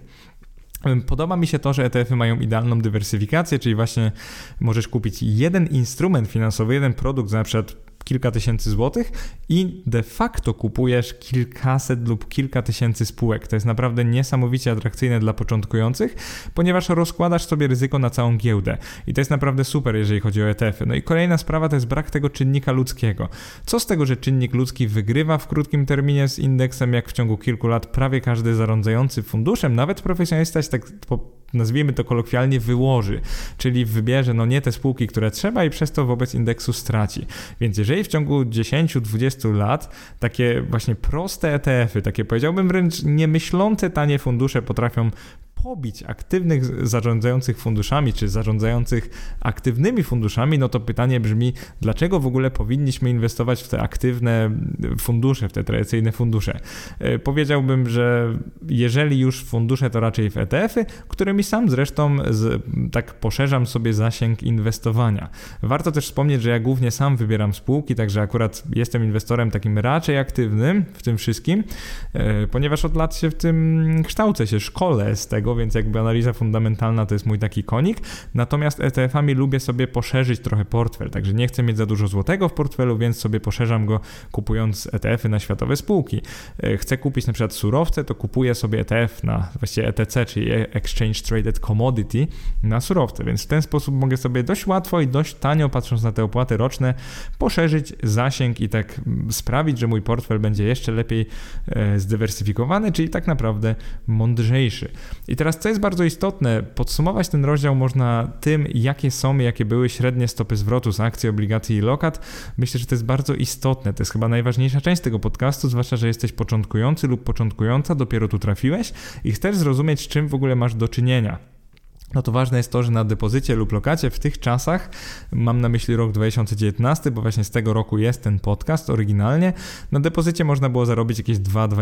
Podoba mi się to, że ETF-y mają idealną dywersyfikację, czyli właśnie możesz kupić jeden instrument finansowy, jeden produkt za na przykład kilka tysięcy złotych i de facto kupujesz kilkaset lub kilka tysięcy spółek. To jest naprawdę niesamowicie atrakcyjne dla początkujących, ponieważ rozkładasz sobie ryzyko na całą giełdę i to jest naprawdę super, jeżeli chodzi o ETF-y. No i kolejna sprawa to jest brak tego czynnika ludzkiego. Co z tego, że czynnik ludzki wygrywa w krótkim terminie z indeksem, jak w ciągu kilku lat prawie każdy zarządzający funduszem, nawet profesjonalista się tak nazwijmy to kolokwialnie wyłoży, czyli wybierze nie te spółki, które trzeba i przez to wobec indeksu straci. Więc jeżeli w ciągu 10-20 lat takie właśnie proste ETF-y, takie powiedziałbym wręcz niemyślące tanie fundusze potrafią pobić aktywnych zarządzających funduszami, czy zarządzających aktywnymi funduszami, no to pytanie brzmi, dlaczego w ogóle powinniśmy inwestować w te aktywne fundusze, w te tradycyjne fundusze? Powiedziałbym, że jeżeli już fundusze, to raczej w ETF-y, którymi sam zresztą tak poszerzam sobie zasięg inwestowania. Warto też wspomnieć, że ja głównie sam wybieram spółki, także akurat jestem inwestorem takim raczej aktywnym w tym wszystkim, ponieważ od lat się w tym kształcę, się szkolę z tego, więc jakby analiza fundamentalna to jest mój taki konik, natomiast ETF-ami lubię sobie poszerzyć trochę portfel, także nie chcę mieć za dużo złotego w portfelu, więc sobie poszerzam go kupując ETF-y na światowe spółki. Chcę kupić na przykład surowce, to kupuję sobie ETF na właściwie ETC, czyli Exchange Traded Commodity na surowce, więc w ten sposób mogę sobie dość łatwo i dość tanio, patrząc na te opłaty roczne, poszerzyć zasięg i tak sprawić, że mój portfel będzie jeszcze lepiej zdywersyfikowany, czyli tak naprawdę mądrzejszy. I teraz, co jest bardzo istotne, podsumować ten rozdział można tym, jakie były średnie stopy zwrotu z akcji, obligacji i lokat. Myślę, że to jest bardzo istotne. To jest chyba najważniejsza część tego podcastu, zwłaszcza, że jesteś początkujący lub początkująca, dopiero tu trafiłeś i chcesz zrozumieć, z czym w ogóle masz do czynienia. No to ważne jest to, że na depozycie lub lokacie w tych czasach, mam na myśli rok 2019, bo właśnie z tego roku jest ten podcast oryginalnie, na depozycie można było zarobić jakieś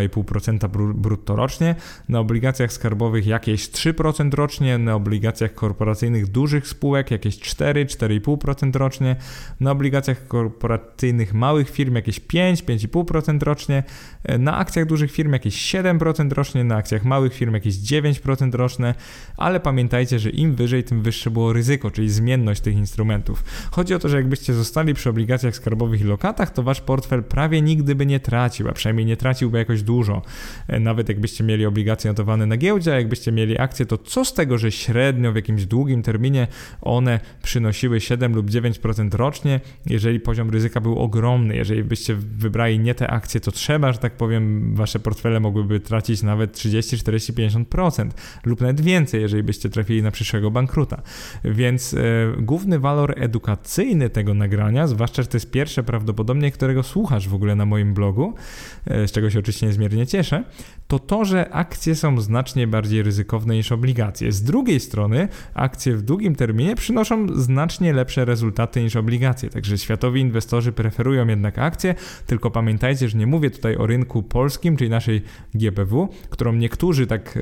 2-2,5% brutto rocznie, na obligacjach skarbowych jakieś 3% rocznie, na obligacjach korporacyjnych dużych spółek jakieś 4-4,5% rocznie, na obligacjach korporacyjnych małych firm jakieś 5-5,5% rocznie, na akcjach dużych firm jakieś 7% rocznie, na akcjach małych firm jakieś 9% roczne, ale pamiętajcie, że im wyżej, tym wyższe było ryzyko, czyli zmienność tych instrumentów. Chodzi o to, że jakbyście zostali przy obligacjach skarbowych i lokatach, to wasz portfel prawie nigdy by nie tracił, a przynajmniej nie traciłby jakoś dużo. Nawet jakbyście mieli obligacje notowane na giełdzie, a jakbyście mieli akcje, to co z tego, że średnio w jakimś długim terminie one przynosiły 7 lub 9% rocznie, jeżeli poziom ryzyka był ogromny, jeżeli byście wybrali nie te akcje, to trzeba, że tak powiem, wasze portfele mogłyby tracić nawet 30, 40, 50% lub nawet więcej, jeżeli byście trafili na przyszłego bankruta. Więc główny walor edukacyjny tego nagrania, zwłaszcza, że to jest pierwsze prawdopodobnie, którego słuchasz w ogóle na moim blogu, z czego się oczywiście niezmiernie cieszę, to, że akcje są znacznie bardziej ryzykowne niż obligacje. Z drugiej strony akcje w długim terminie przynoszą znacznie lepsze rezultaty niż obligacje, także światowi inwestorzy preferują jednak akcje, tylko pamiętajcie, że nie mówię tutaj o rynku polskim, czyli naszej GPW, którą niektórzy tak,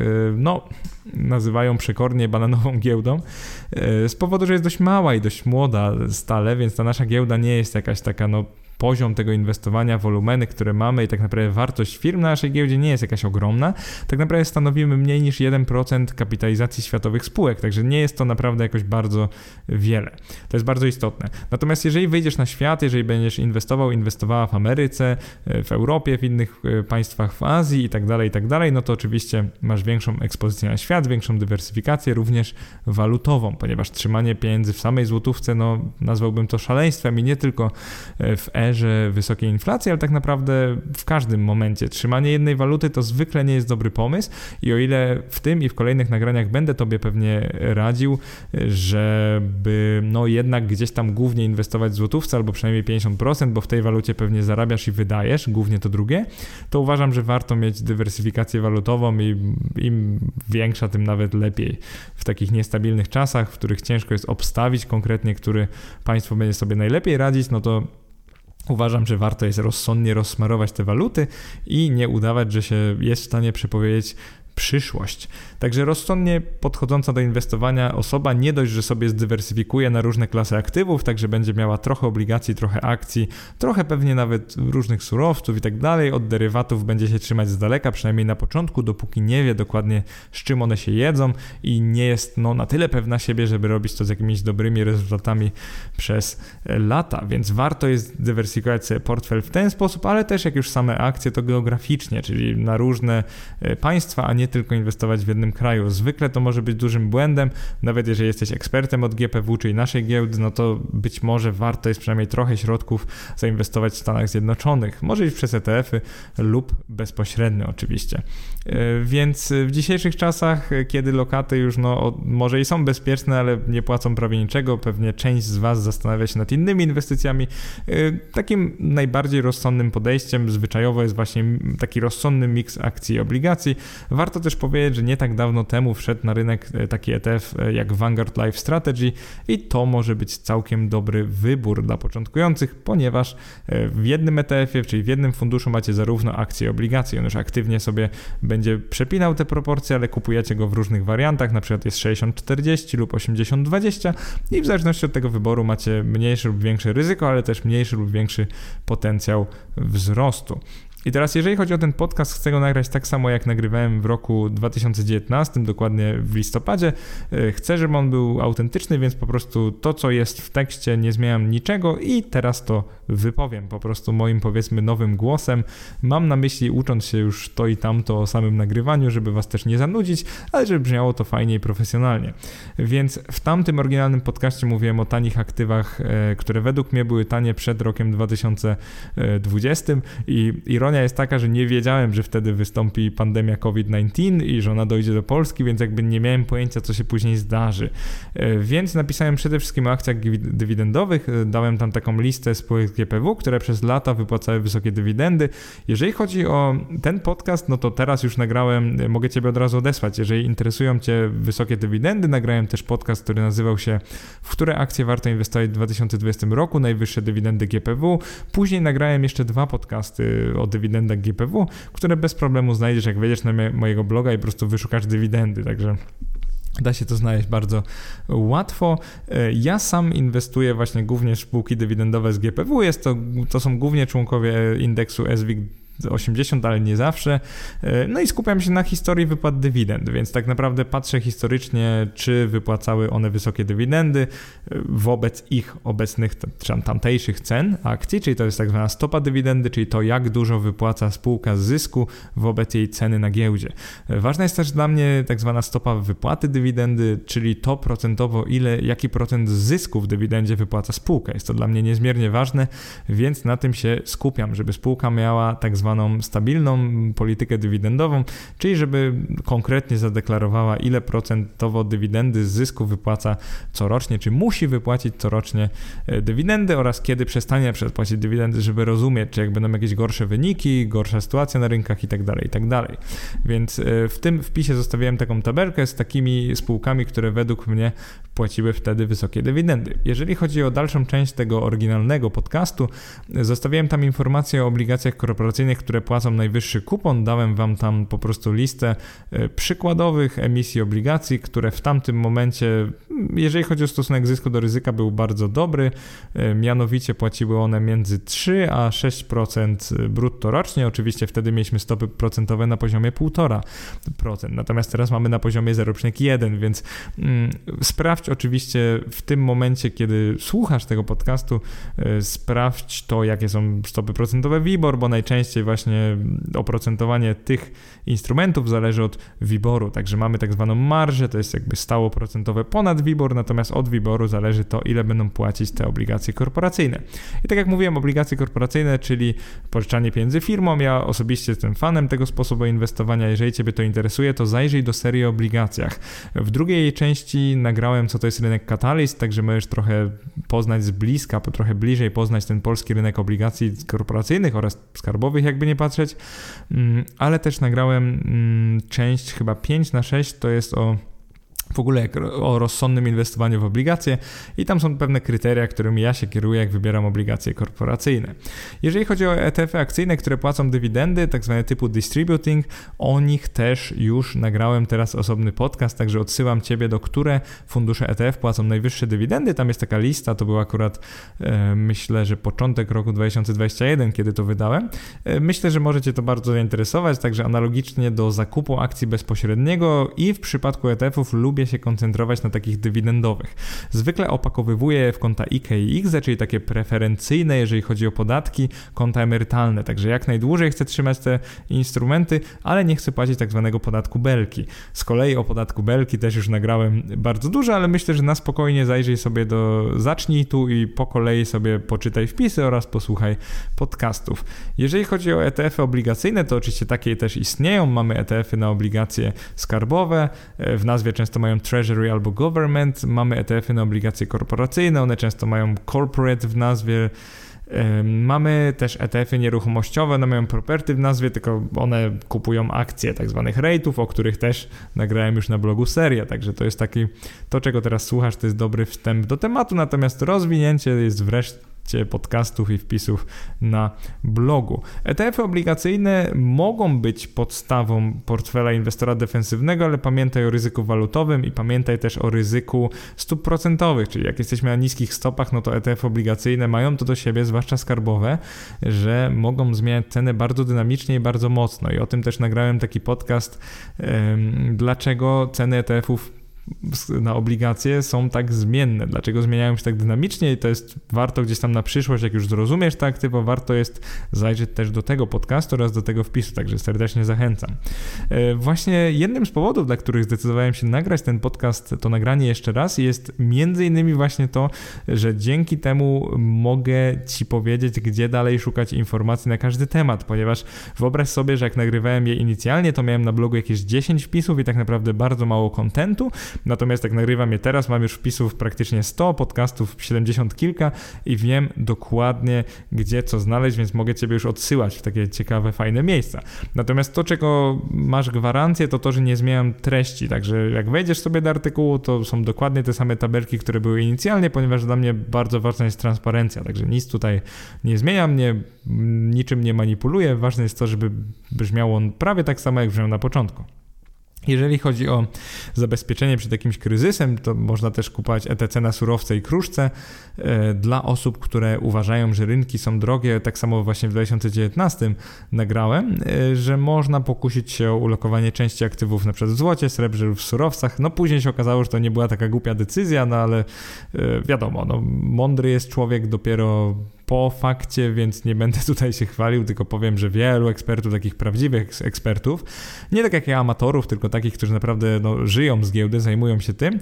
nazywają przekornie bananową giełdą, z powodu, że jest dość mała i dość młoda stale, więc ta nasza giełda nie jest jakaś taka, poziom tego inwestowania, wolumeny, które mamy i tak naprawdę wartość firm na naszej giełdzie nie jest jakaś ogromna. Tak naprawdę stanowimy mniej niż 1% kapitalizacji światowych spółek, także nie jest to naprawdę jakoś bardzo wiele. To jest bardzo istotne. Natomiast jeżeli wyjdziesz na świat, jeżeli będziesz inwestowała w Ameryce, w Europie, w innych państwach w Azji i tak dalej, no to oczywiście masz większą ekspozycję na świat, większą dywersyfikację, również walutową, ponieważ trzymanie pieniędzy w samej złotówce, nazwałbym to szaleństwem i nie tylko w erze wysokiej inflacji, ale tak naprawdę w każdym momencie. Trzymanie jednej waluty to zwykle nie jest dobry pomysł i o ile w tym i w kolejnych nagraniach będę tobie pewnie radził, żeby jednak gdzieś tam głównie inwestować w złotówce albo przynajmniej 50%, bo w tej walucie pewnie zarabiasz i wydajesz, głównie to drugie, to uważam, że warto mieć dywersyfikację walutową i im większa, tym nawet lepiej. W takich niestabilnych czasach, w których ciężko jest obstawić konkretnie, który państwo będzie sobie najlepiej radzić, to uważam, że warto jest rozsądnie rozsmarować te waluty i nie udawać, że się jest w stanie przepowiedzieć przyszłość. Także rozsądnie podchodząca do inwestowania osoba nie dość, że sobie zdywersyfikuje na różne klasy aktywów, także będzie miała trochę obligacji, trochę akcji, trochę pewnie nawet różnych surowców i tak dalej. Od derywatów będzie się trzymać z daleka, przynajmniej na początku, dopóki nie wie dokładnie, z czym one się jedzą i nie jest na tyle pewna siebie, żeby robić to z jakimiś dobrymi rezultatami przez lata, więc warto jest dywersyfikować sobie portfel w ten sposób, ale też jak już same akcje, to geograficznie, czyli na różne państwa, a nie tylko inwestować w jednym kraju. Zwykle to może być dużym błędem, nawet jeżeli jesteś ekspertem od GPW, czyli naszej giełdy, no to być może warto jest przynajmniej trochę środków zainwestować w Stanach Zjednoczonych, może iść przez ETF-y lub bezpośrednio oczywiście. Więc w dzisiejszych czasach, kiedy lokaty już może i są bezpieczne, ale nie płacą prawie niczego, pewnie część z Was zastanawia się nad innymi inwestycjami. Takim najbardziej rozsądnym podejściem zwyczajowo jest właśnie taki rozsądny miks akcji i obligacji. Warto też powiedzieć, że nie tak dawno temu wszedł na rynek taki ETF jak Vanguard Life Strategy i to może być całkiem dobry wybór dla początkujących, ponieważ w jednym ETF-ie, czyli w jednym funduszu macie zarówno akcje i obligacje. On już aktywnie sobie będzie przepinał te proporcje, ale kupujecie go w różnych wariantach, na przykład jest 60-40 lub 80-20 i w zależności od tego wyboru macie mniejsze lub większe ryzyko, ale też mniejszy lub większy potencjał wzrostu. I teraz jeżeli chodzi o ten podcast, chcę go nagrać tak samo jak nagrywałem w roku 2019, dokładnie w listopadzie. Chcę, żeby on był autentyczny, więc po prostu to, co jest w tekście, nie zmieniam niczego i teraz to wypowiem po prostu moim, powiedzmy, nowym głosem. Mam na myśli, ucząc się już to i tamto o samym nagrywaniu, żeby was też nie zanudzić, ale żeby brzmiało to fajnie i profesjonalnie. Więc w tamtym oryginalnym podcaście mówiłem o tanich aktywach, które według mnie były tanie przed rokiem 2020 i ironia jest taka, że nie wiedziałem, że wtedy wystąpi pandemia COVID-19 i że ona dojdzie do Polski, więc jakby nie miałem pojęcia, co się później zdarzy. Więc napisałem przede wszystkim o akcjach dywidendowych, dałem tam taką listę spółek GPW, które przez lata wypłacały wysokie dywidendy. Jeżeli chodzi o ten podcast, no to teraz już nagrałem, mogę Ciebie od razu odesłać. Jeżeli interesują Cię wysokie dywidendy, nagrałem też podcast, który nazywał się W które akcje warto inwestować w 2020 roku, najwyższe dywidendy GPW. Później nagrałem jeszcze 2 podcasty o dywidendach GPW, które bez problemu znajdziesz, jak wejdziesz na mojego bloga i po prostu wyszukasz dywidendy, także da się to znaleźć bardzo łatwo. Ja sam inwestuję właśnie głównie w spółki dywidendowe z GPW, to są głównie członkowie indeksu SWIG 80, ale nie zawsze. No i skupiam się na historii wypłat dywidend, więc tak naprawdę patrzę historycznie, czy wypłacały one wysokie dywidendy wobec ich obecnych, czy tamtejszych cen akcji, czyli to jest tak zwana stopa dywidendy, czyli to, jak dużo wypłaca spółka z zysku wobec jej ceny na giełdzie. Ważna jest też dla mnie tak zwana stopa wypłaty dywidendy, czyli to procentowo, jaki procent zysku w dywidendzie wypłaca spółka. Jest to dla mnie niezmiernie ważne, więc na tym się skupiam, żeby spółka miała tak zwaną stabilną politykę dywidendową, czyli żeby konkretnie zadeklarowała, ile procentowo dywidendy z zysku wypłaca corocznie, czy musi wypłacić corocznie dywidendy oraz kiedy przestanie płacić dywidendy, żeby rozumieć, czy jak będą jakieś gorsze wyniki, gorsza sytuacja na rynkach i tak dalej. Więc w tym wpisie zostawiłem taką tabelkę z takimi spółkami, które według mnie płaciły wtedy wysokie dywidendy. Jeżeli chodzi o dalszą część tego oryginalnego podcastu, zostawiłem tam informacje o obligacjach korporacyjnych, które płacą najwyższy kupon. Dałem wam tam po prostu listę przykładowych emisji obligacji, które w tamtym momencie, jeżeli chodzi o stosunek zysku do ryzyka, był bardzo dobry. Mianowicie płaciły one między 3 a 6% brutto rocznie. Oczywiście wtedy mieliśmy stopy procentowe na poziomie 1,5%. Natomiast teraz mamy na poziomie 0,1, więc sprawdź oczywiście w tym momencie, kiedy słuchasz tego podcastu, sprawdź to, jakie są stopy procentowe WIBOR, bo najczęściej właśnie oprocentowanie tych instrumentów zależy od WIBOR-u, także mamy tak zwaną marżę, to jest jakby stało procentowe ponad WIBOR, natomiast od WIBOR-u zależy to, ile będą płacić te obligacje korporacyjne. I tak jak mówiłem, obligacje korporacyjne, czyli pożyczanie pieniędzy firmom, ja osobiście jestem fanem tego sposobu inwestowania. Jeżeli Ciebie to interesuje, to zajrzyj do serii o obligacjach. W drugiej jej części nagrałem, co to jest rynek Catalyst, także możesz trochę poznać z bliska, trochę bliżej poznać ten polski rynek obligacji korporacyjnych oraz skarbowych, jakby nie patrzeć, ale też nagrałem część chyba 5/6, to jest o w ogóle o rozsądnym inwestowaniu w obligacje i tam są pewne kryteria, którymi ja się kieruję, jak wybieram obligacje korporacyjne. Jeżeli chodzi o ETF-y akcyjne, które płacą dywidendy, tak zwane typu distributing, o nich też już nagrałem teraz osobny podcast, także odsyłam Ciebie, do które fundusze ETF płacą najwyższe dywidendy. Tam jest taka lista, to był akurat myślę, że początek roku 2021, kiedy to wydałem. Myślę, że może Cię to bardzo zainteresować, także analogicznie do zakupu akcji bezpośredniego i w przypadku ETF-ów lubię się koncentrować na takich dywidendowych. Zwykle opakowywuję je w konta IKE i IKZE, czyli takie preferencyjne, jeżeli chodzi o podatki, konta emerytalne. Także jak najdłużej chcę trzymać te instrumenty, ale nie chcę płacić tak zwanego podatku Belki. Z kolei o podatku Belki też już nagrałem bardzo dużo, ale myślę, że na spokojnie zajrzyj sobie zacznij tu i po kolei sobie poczytaj wpisy oraz posłuchaj podcastów. Jeżeli chodzi o ETF-y obligacyjne, to oczywiście takie też istnieją. Mamy ETF-y na obligacje skarbowe, w nazwie często mają Treasury albo Government, mamy ETF-y na obligacje korporacyjne, one często mają Corporate w nazwie, mamy też ETF-y nieruchomościowe, one mają Property w nazwie, tylko one kupują akcje tak zwanych REIT-ów, o których też nagrałem już na blogu serię, także to jest to czego teraz słuchasz, to jest dobry wstęp do tematu, natomiast rozwinięcie jest wreszcie podcastów i wpisów na blogu. ETF-y obligacyjne mogą być podstawą portfela inwestora defensywnego, ale pamiętaj o ryzyku walutowym i pamiętaj też o ryzyku stóp procentowych, czyli jak jesteśmy na niskich stopach, no to ETF-y obligacyjne mają to do siebie, zwłaszcza skarbowe, że mogą zmieniać cenę bardzo dynamicznie i bardzo mocno i o tym też nagrałem taki podcast, dlaczego ceny ETF-ów na obligacje są tak zmienne, dlaczego zmieniają się tak dynamicznie i to jest warto gdzieś tam na przyszłość, jak już zrozumiesz to aktywo, warto jest zajrzeć też do tego podcastu oraz do tego wpisu, także serdecznie zachęcam. Właśnie jednym z powodów, dla których zdecydowałem się nagrać ten podcast, to nagranie jeszcze raz, jest między innymi właśnie to, że dzięki temu mogę Ci powiedzieć, gdzie dalej szukać informacji na każdy temat, ponieważ wyobraź sobie, że jak nagrywałem je inicjalnie, to miałem na blogu jakieś 10 wpisów i tak naprawdę bardzo mało kontentu. Natomiast jak nagrywam je teraz, mam już wpisów praktycznie 100, podcastów 70 kilka i wiem dokładnie, gdzie co znaleźć, więc mogę Ciebie już odsyłać w takie ciekawe, fajne miejsca. Natomiast to, czego masz gwarancję, to to, że nie zmieniam treści, także jak wejdziesz sobie do artykułu, to są dokładnie te same tabelki, które były inicjalnie, ponieważ dla mnie bardzo ważna jest transparencja, także nic tutaj nie zmieniam, niczym nie manipuluję, ważne jest to, żeby brzmiało on prawie tak samo, jak brzmiał na początku. Jeżeli chodzi o zabezpieczenie przed jakimś kryzysem, to można też kupować ETC na surowce i kruszce dla osób, które uważają, że rynki są drogie. Tak samo właśnie w 2019 nagrałem, że można pokusić się o ulokowanie części aktywów na przykład w złocie, srebrze lub w surowcach. No później się okazało, że to nie była taka głupia decyzja, no ale wiadomo, mądry jest człowiek dopiero po fakcie, więc nie będę tutaj się chwalił, tylko powiem, że wielu ekspertów, takich prawdziwych ekspertów, nie tak jak ja amatorów, tylko takich, którzy naprawdę żyją z giełdy, zajmują się tym,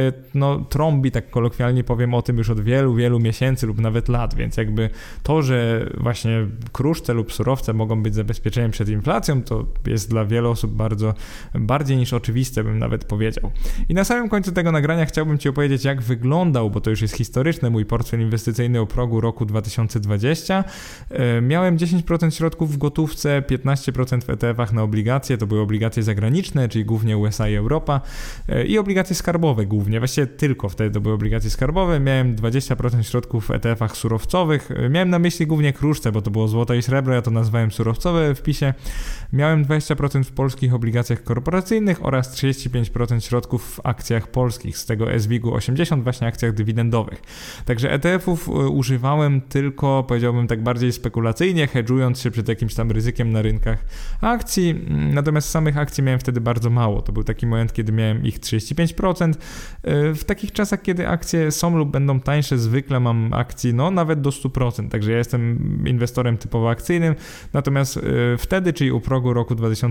trąbi, tak kolokwialnie powiem, o tym już od wielu, wielu miesięcy lub nawet lat, więc jakby to, że właśnie kruszce lub surowce mogą być zabezpieczeniem przed inflacją, to jest dla wielu osób bardziej niż oczywiste, bym nawet powiedział. I na samym końcu tego nagrania chciałbym Ci opowiedzieć, jak wyglądał, bo to już jest historyczne, mój portfel inwestycyjny o progu roku 2020. Miałem 10% środków w gotówce, 15% w ETF-ach na obligacje, to były obligacje zagraniczne, czyli głównie USA i Europa i obligacje skarbowe głównie, właściwie tylko wtedy to były obligacje skarbowe, miałem 20% środków w ETF-ach surowcowych, miałem na myśli głównie kruszce, bo to było złoto i srebro, ja to nazwałem surowcowe w wpisie, miałem 20% w polskich obligacjach korporacyjnych oraz 35% środków w akcjach polskich, z tego SWIG-u 80 właśnie akcjach dywidendowych. Także ETF-ów używałem tylko, powiedziałbym tak bardziej spekulacyjnie, hedżując się przed jakimś tam ryzykiem na rynkach akcji, natomiast samych akcji miałem wtedy bardzo mało. To był taki moment, kiedy miałem ich 35%. W takich czasach, kiedy akcje są lub będą tańsze, zwykle mam akcji nawet do 100%, także ja jestem inwestorem typowo akcyjnym, natomiast wtedy, czyli u progu roku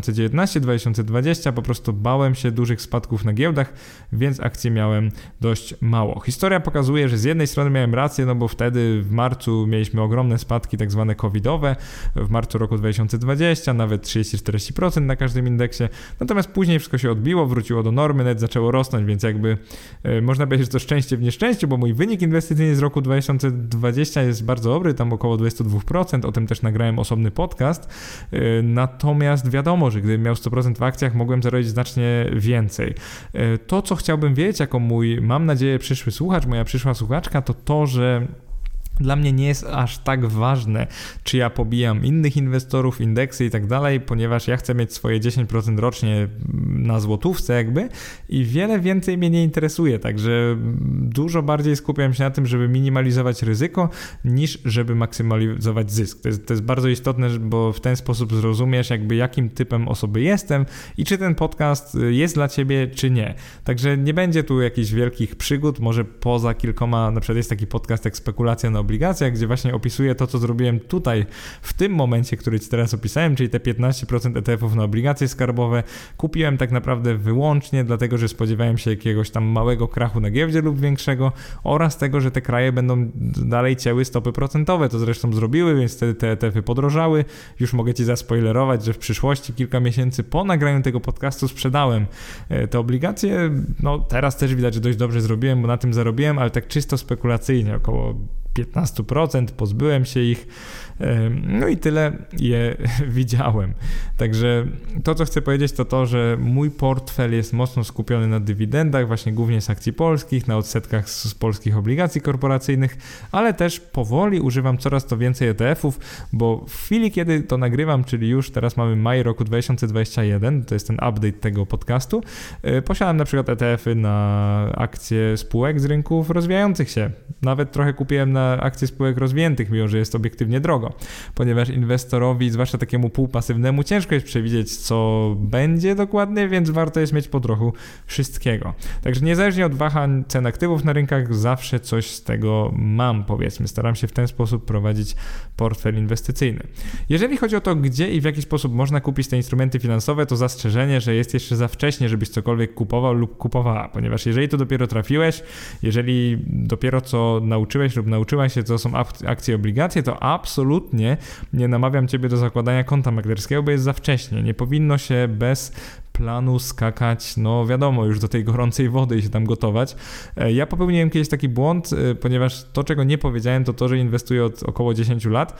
2019-2020 po prostu bałem się dużych spadków na giełdach, więc akcji miałem dość mało. Historia pokazuje, że z jednej strony miałem rację, bo wtedy w marcu marcu mieliśmy ogromne spadki tak zwane covidowe, w marcu roku 2020 nawet 30-40% na każdym indeksie, natomiast później wszystko się odbiło, wróciło do normy, nawet zaczęło rosnąć, więc jakby można powiedzieć, że to szczęście w nieszczęściu, bo mój wynik inwestycyjny z roku 2020 jest bardzo dobry, tam około 22%, o tym też nagrałem osobny podcast, natomiast wiadomo, że gdybym miał 100% w akcjach, mogłem zarobić znacznie więcej. To, co chciałbym wiedzieć, jako mój, mam nadzieję, przyszły słuchacz, moja przyszła słuchaczka, to to, że dla mnie nie jest aż tak ważne, czy ja pobijam innych inwestorów, indeksy i tak dalej, ponieważ ja chcę mieć swoje 10% rocznie na złotówce jakby i wiele więcej mnie nie interesuje, także dużo bardziej skupiam się na tym, żeby minimalizować ryzyko, niż żeby maksymalizować zysk. To jest bardzo istotne, bo w ten sposób zrozumiesz jakby jakim typem osoby jestem i czy ten podcast jest dla ciebie, czy nie. Także nie będzie tu jakichś wielkich przygód, może poza kilkoma, na przykład jest taki podcast jak Spekulacja na obligacjach, gdzie właśnie opisuję to, co zrobiłem tutaj, w tym momencie, który ci teraz opisałem, czyli te 15% ETF-ów na obligacje skarbowe. Kupiłem tak naprawdę wyłącznie dlatego, że spodziewałem się jakiegoś tam małego krachu na giełdzie lub większego oraz tego, że te kraje będą dalej cięły stopy procentowe. To zresztą zrobiły, więc wtedy te ETF-y podrożały. Już mogę ci zaspoilerować, że w przyszłości, kilka miesięcy po nagraniu tego podcastu sprzedałem te obligacje. No teraz też widać, że dość dobrze zrobiłem, bo na tym zarobiłem, ale tak czysto spekulacyjnie, około 15%, pozbyłem się ich, no i tyle je widziałem. Także to, co chcę powiedzieć, to to, że mój portfel jest mocno skupiony na dywidendach, właśnie głównie z akcji polskich, na odsetkach z polskich obligacji korporacyjnych, ale też powoli używam coraz to więcej ETF-ów, bo w chwili, kiedy to nagrywam, czyli już teraz mamy maj roku 2021, to jest ten update tego podcastu, posiadam na przykład ETF-y na akcje spółek z rynków rozwijających się. Nawet trochę kupiłem na akcje spółek rozwiniętych, mimo że jest obiektywnie drogo, ponieważ inwestorowi, zwłaszcza takiemu półpasywnemu, ciężko jest przewidzieć, co będzie dokładnie, więc warto jest mieć po trochu wszystkiego. Także niezależnie od wahań cen aktywów na rynkach, zawsze coś z tego mam, powiedzmy. Staram się w ten sposób prowadzić portfel inwestycyjny. Jeżeli chodzi o to, gdzie i w jaki sposób można kupić te instrumenty finansowe, to zastrzeżenie, że jest jeszcze za wcześnie, żebyś cokolwiek kupował lub kupowała, ponieważ jeżeli to dopiero trafiłeś, jeżeli dopiero co nauczyłeś lub nauczyłaś się, co są akcje i obligacje, to absolutnie nie namawiam ciebie do zakładania konta maklerskiego, bo jest za wcześnie. Nie powinno się bez planu skakać, no wiadomo, już do tej gorącej wody i się tam gotować. Ja popełniłem kiedyś taki błąd, ponieważ to, czego nie powiedziałem, to to, że inwestuję od około 10 lat.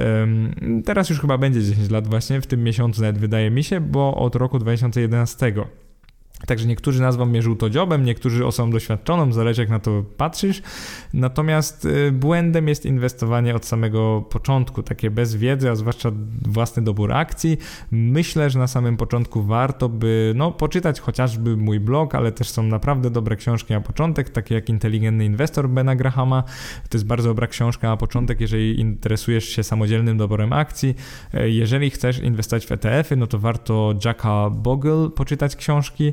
Teraz już chyba będzie 10 lat właśnie, w tym miesiącu nawet wydaje mi się, bo od roku 2011. Także niektórzy nazwą mnie żółtodziobem, niektórzy osobą doświadczoną, zależy jak na to patrzysz. Natomiast błędem jest inwestowanie od samego początku, takie bez wiedzy, a zwłaszcza własny dobór akcji. Myślę, że na samym początku warto by poczytać chociażby mój blog, ale też są naprawdę dobre książki na początek, takie jak Inteligentny Inwestor Bena Grahama. To jest bardzo dobra książka na początek, jeżeli interesujesz się samodzielnym doborem akcji. Jeżeli chcesz inwestować w ETF-y, no to warto Jacka Bogle poczytać książki.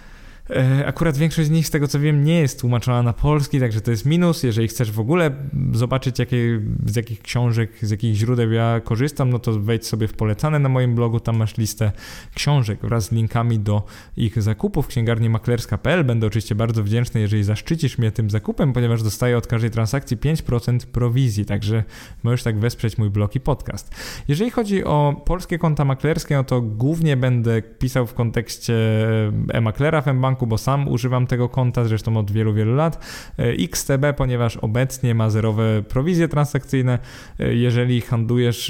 Akurat większość z nich, z tego co wiem, nie jest tłumaczona na polski, także to jest minus. Jeżeli chcesz w ogóle zobaczyć, z jakich książek, z jakich źródeł ja korzystam, no to wejdź sobie w polecane na moim blogu, tam masz listę książek wraz z linkami do ich zakupów. Księgarnia maklerska.pl. Będę oczywiście bardzo wdzięczny, jeżeli zaszczycisz mnie tym zakupem, ponieważ dostaję od każdej transakcji 5% prowizji, także możesz tak wesprzeć mój blog i podcast. Jeżeli chodzi o polskie konta maklerskie, no to głównie będę pisał w kontekście e-maklera w mBanku, bo sam używam tego konta, zresztą od wielu, wielu lat. XTB, ponieważ obecnie ma zerowe prowizje transakcyjne. Jeżeli handlujesz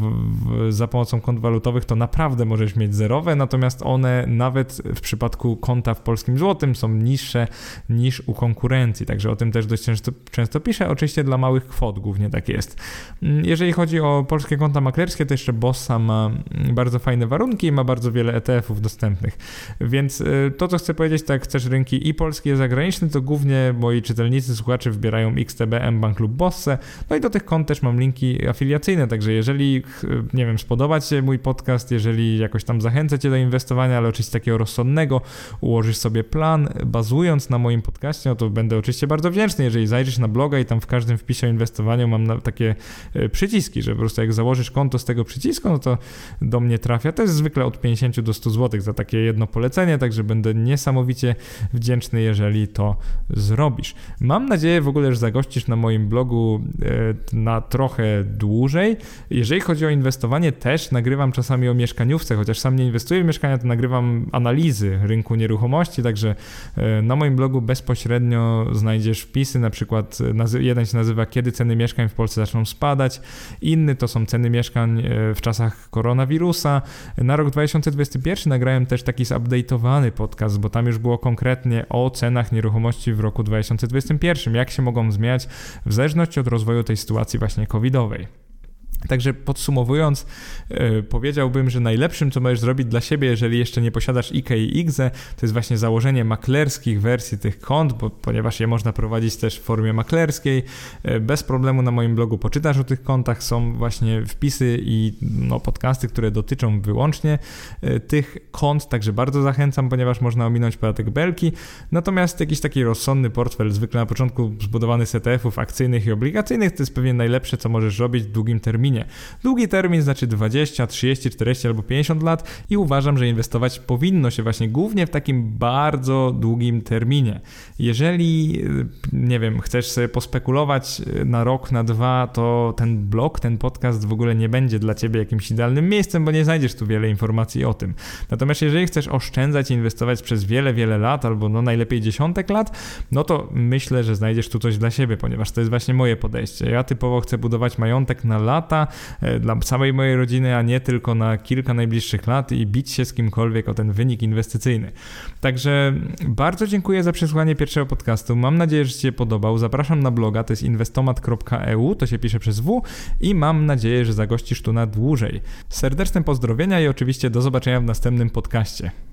za pomocą kont walutowych, to naprawdę możesz mieć zerowe, natomiast one nawet w przypadku konta w polskim złotym są niższe niż u konkurencji, także o tym też dość często piszę. Oczywiście dla małych kwot głównie tak jest. Jeżeli chodzi o polskie konta maklerskie, to jeszcze Bossa ma bardzo fajne warunki i ma bardzo wiele ETF-ów dostępnych, więc to, co chcę powiedzieć, tak jak chcesz rynki i polskie, i zagraniczne, to głównie moi czytelnicy, słuchacze wybierają XTB, mBank lub Bossę. No i do tych kont też mam linki afiliacyjne, także jeżeli, nie wiem, spodoba Ci się mój podcast, jeżeli jakoś tam zachęcę Cię do inwestowania, ale oczywiście takiego rozsądnego, ułożysz sobie plan bazując na moim podcaście, no to będę oczywiście bardzo wdzięczny, jeżeli zajrzysz na bloga i tam w każdym wpisie o inwestowaniu mam takie przyciski, że po prostu jak założysz konto z tego przycisku, no to do mnie trafia. To jest zwykle od 50 do 100 zł za takie jedno polecenie, także będę niesamowicie niesamowicie wdzięczny, jeżeli to zrobisz. Mam nadzieję w ogóle, że zagościsz na moim blogu na trochę dłużej. Jeżeli chodzi o inwestowanie, też nagrywam czasami o mieszkaniówce, chociaż sam nie inwestuję w mieszkania, to nagrywam analizy rynku nieruchomości, także na moim blogu bezpośrednio znajdziesz wpisy, na przykład jeden się nazywa "Kiedy ceny mieszkań w Polsce zaczną spadać", inny to są ceny mieszkań w czasach koronawirusa. Na rok 2021 nagrałem też taki zupdate'owany podcast, bo tam już było konkretnie o cenach nieruchomości w roku 2021, jak się mogą zmieniać w zależności od rozwoju tej sytuacji właśnie covidowej. Także podsumowując, powiedziałbym, że najlepszym, co możesz zrobić dla siebie, jeżeli jeszcze nie posiadasz IKE i IKZE, to jest właśnie założenie maklerskich wersji tych kont, ponieważ je można prowadzić też w formie maklerskiej. Bez problemu na moim blogu poczytasz o tych kontach, są właśnie wpisy i podcasty, które dotyczą wyłącznie tych kont, także bardzo zachęcam, ponieważ można ominąć podatek belki. Natomiast jakiś taki rozsądny portfel, zwykle na początku zbudowany z ETF-ów akcyjnych i obligacyjnych, to jest pewnie najlepsze, co możesz robić w długim terminie. Długi termin znaczy 20, 30, 40 albo 50 lat i uważam, że inwestować powinno się właśnie głównie w takim bardzo długim terminie. Jeżeli, nie wiem, chcesz sobie pospekulować na rok, na 2, to ten blog, ten podcast w ogóle nie będzie dla ciebie jakimś idealnym miejscem, bo nie znajdziesz tu wiele informacji o tym. Natomiast jeżeli chcesz oszczędzać i inwestować przez wiele, wiele lat albo najlepiej dziesiątek lat, to myślę, że znajdziesz tu coś dla siebie, ponieważ to jest właśnie moje podejście. Ja typowo chcę budować majątek na lata, dla całej mojej rodziny, a nie tylko na kilka najbliższych lat i bić się z kimkolwiek o ten wynik inwestycyjny. Także bardzo dziękuję za przesłuchanie pierwszego podcastu. Mam nadzieję, że Ci się podobał. Zapraszam na bloga, to jest inwestomat.eu, to się pisze przez W i mam nadzieję, że zagościsz tu na dłużej. Serdeczne pozdrowienia i oczywiście do zobaczenia w następnym podcaście.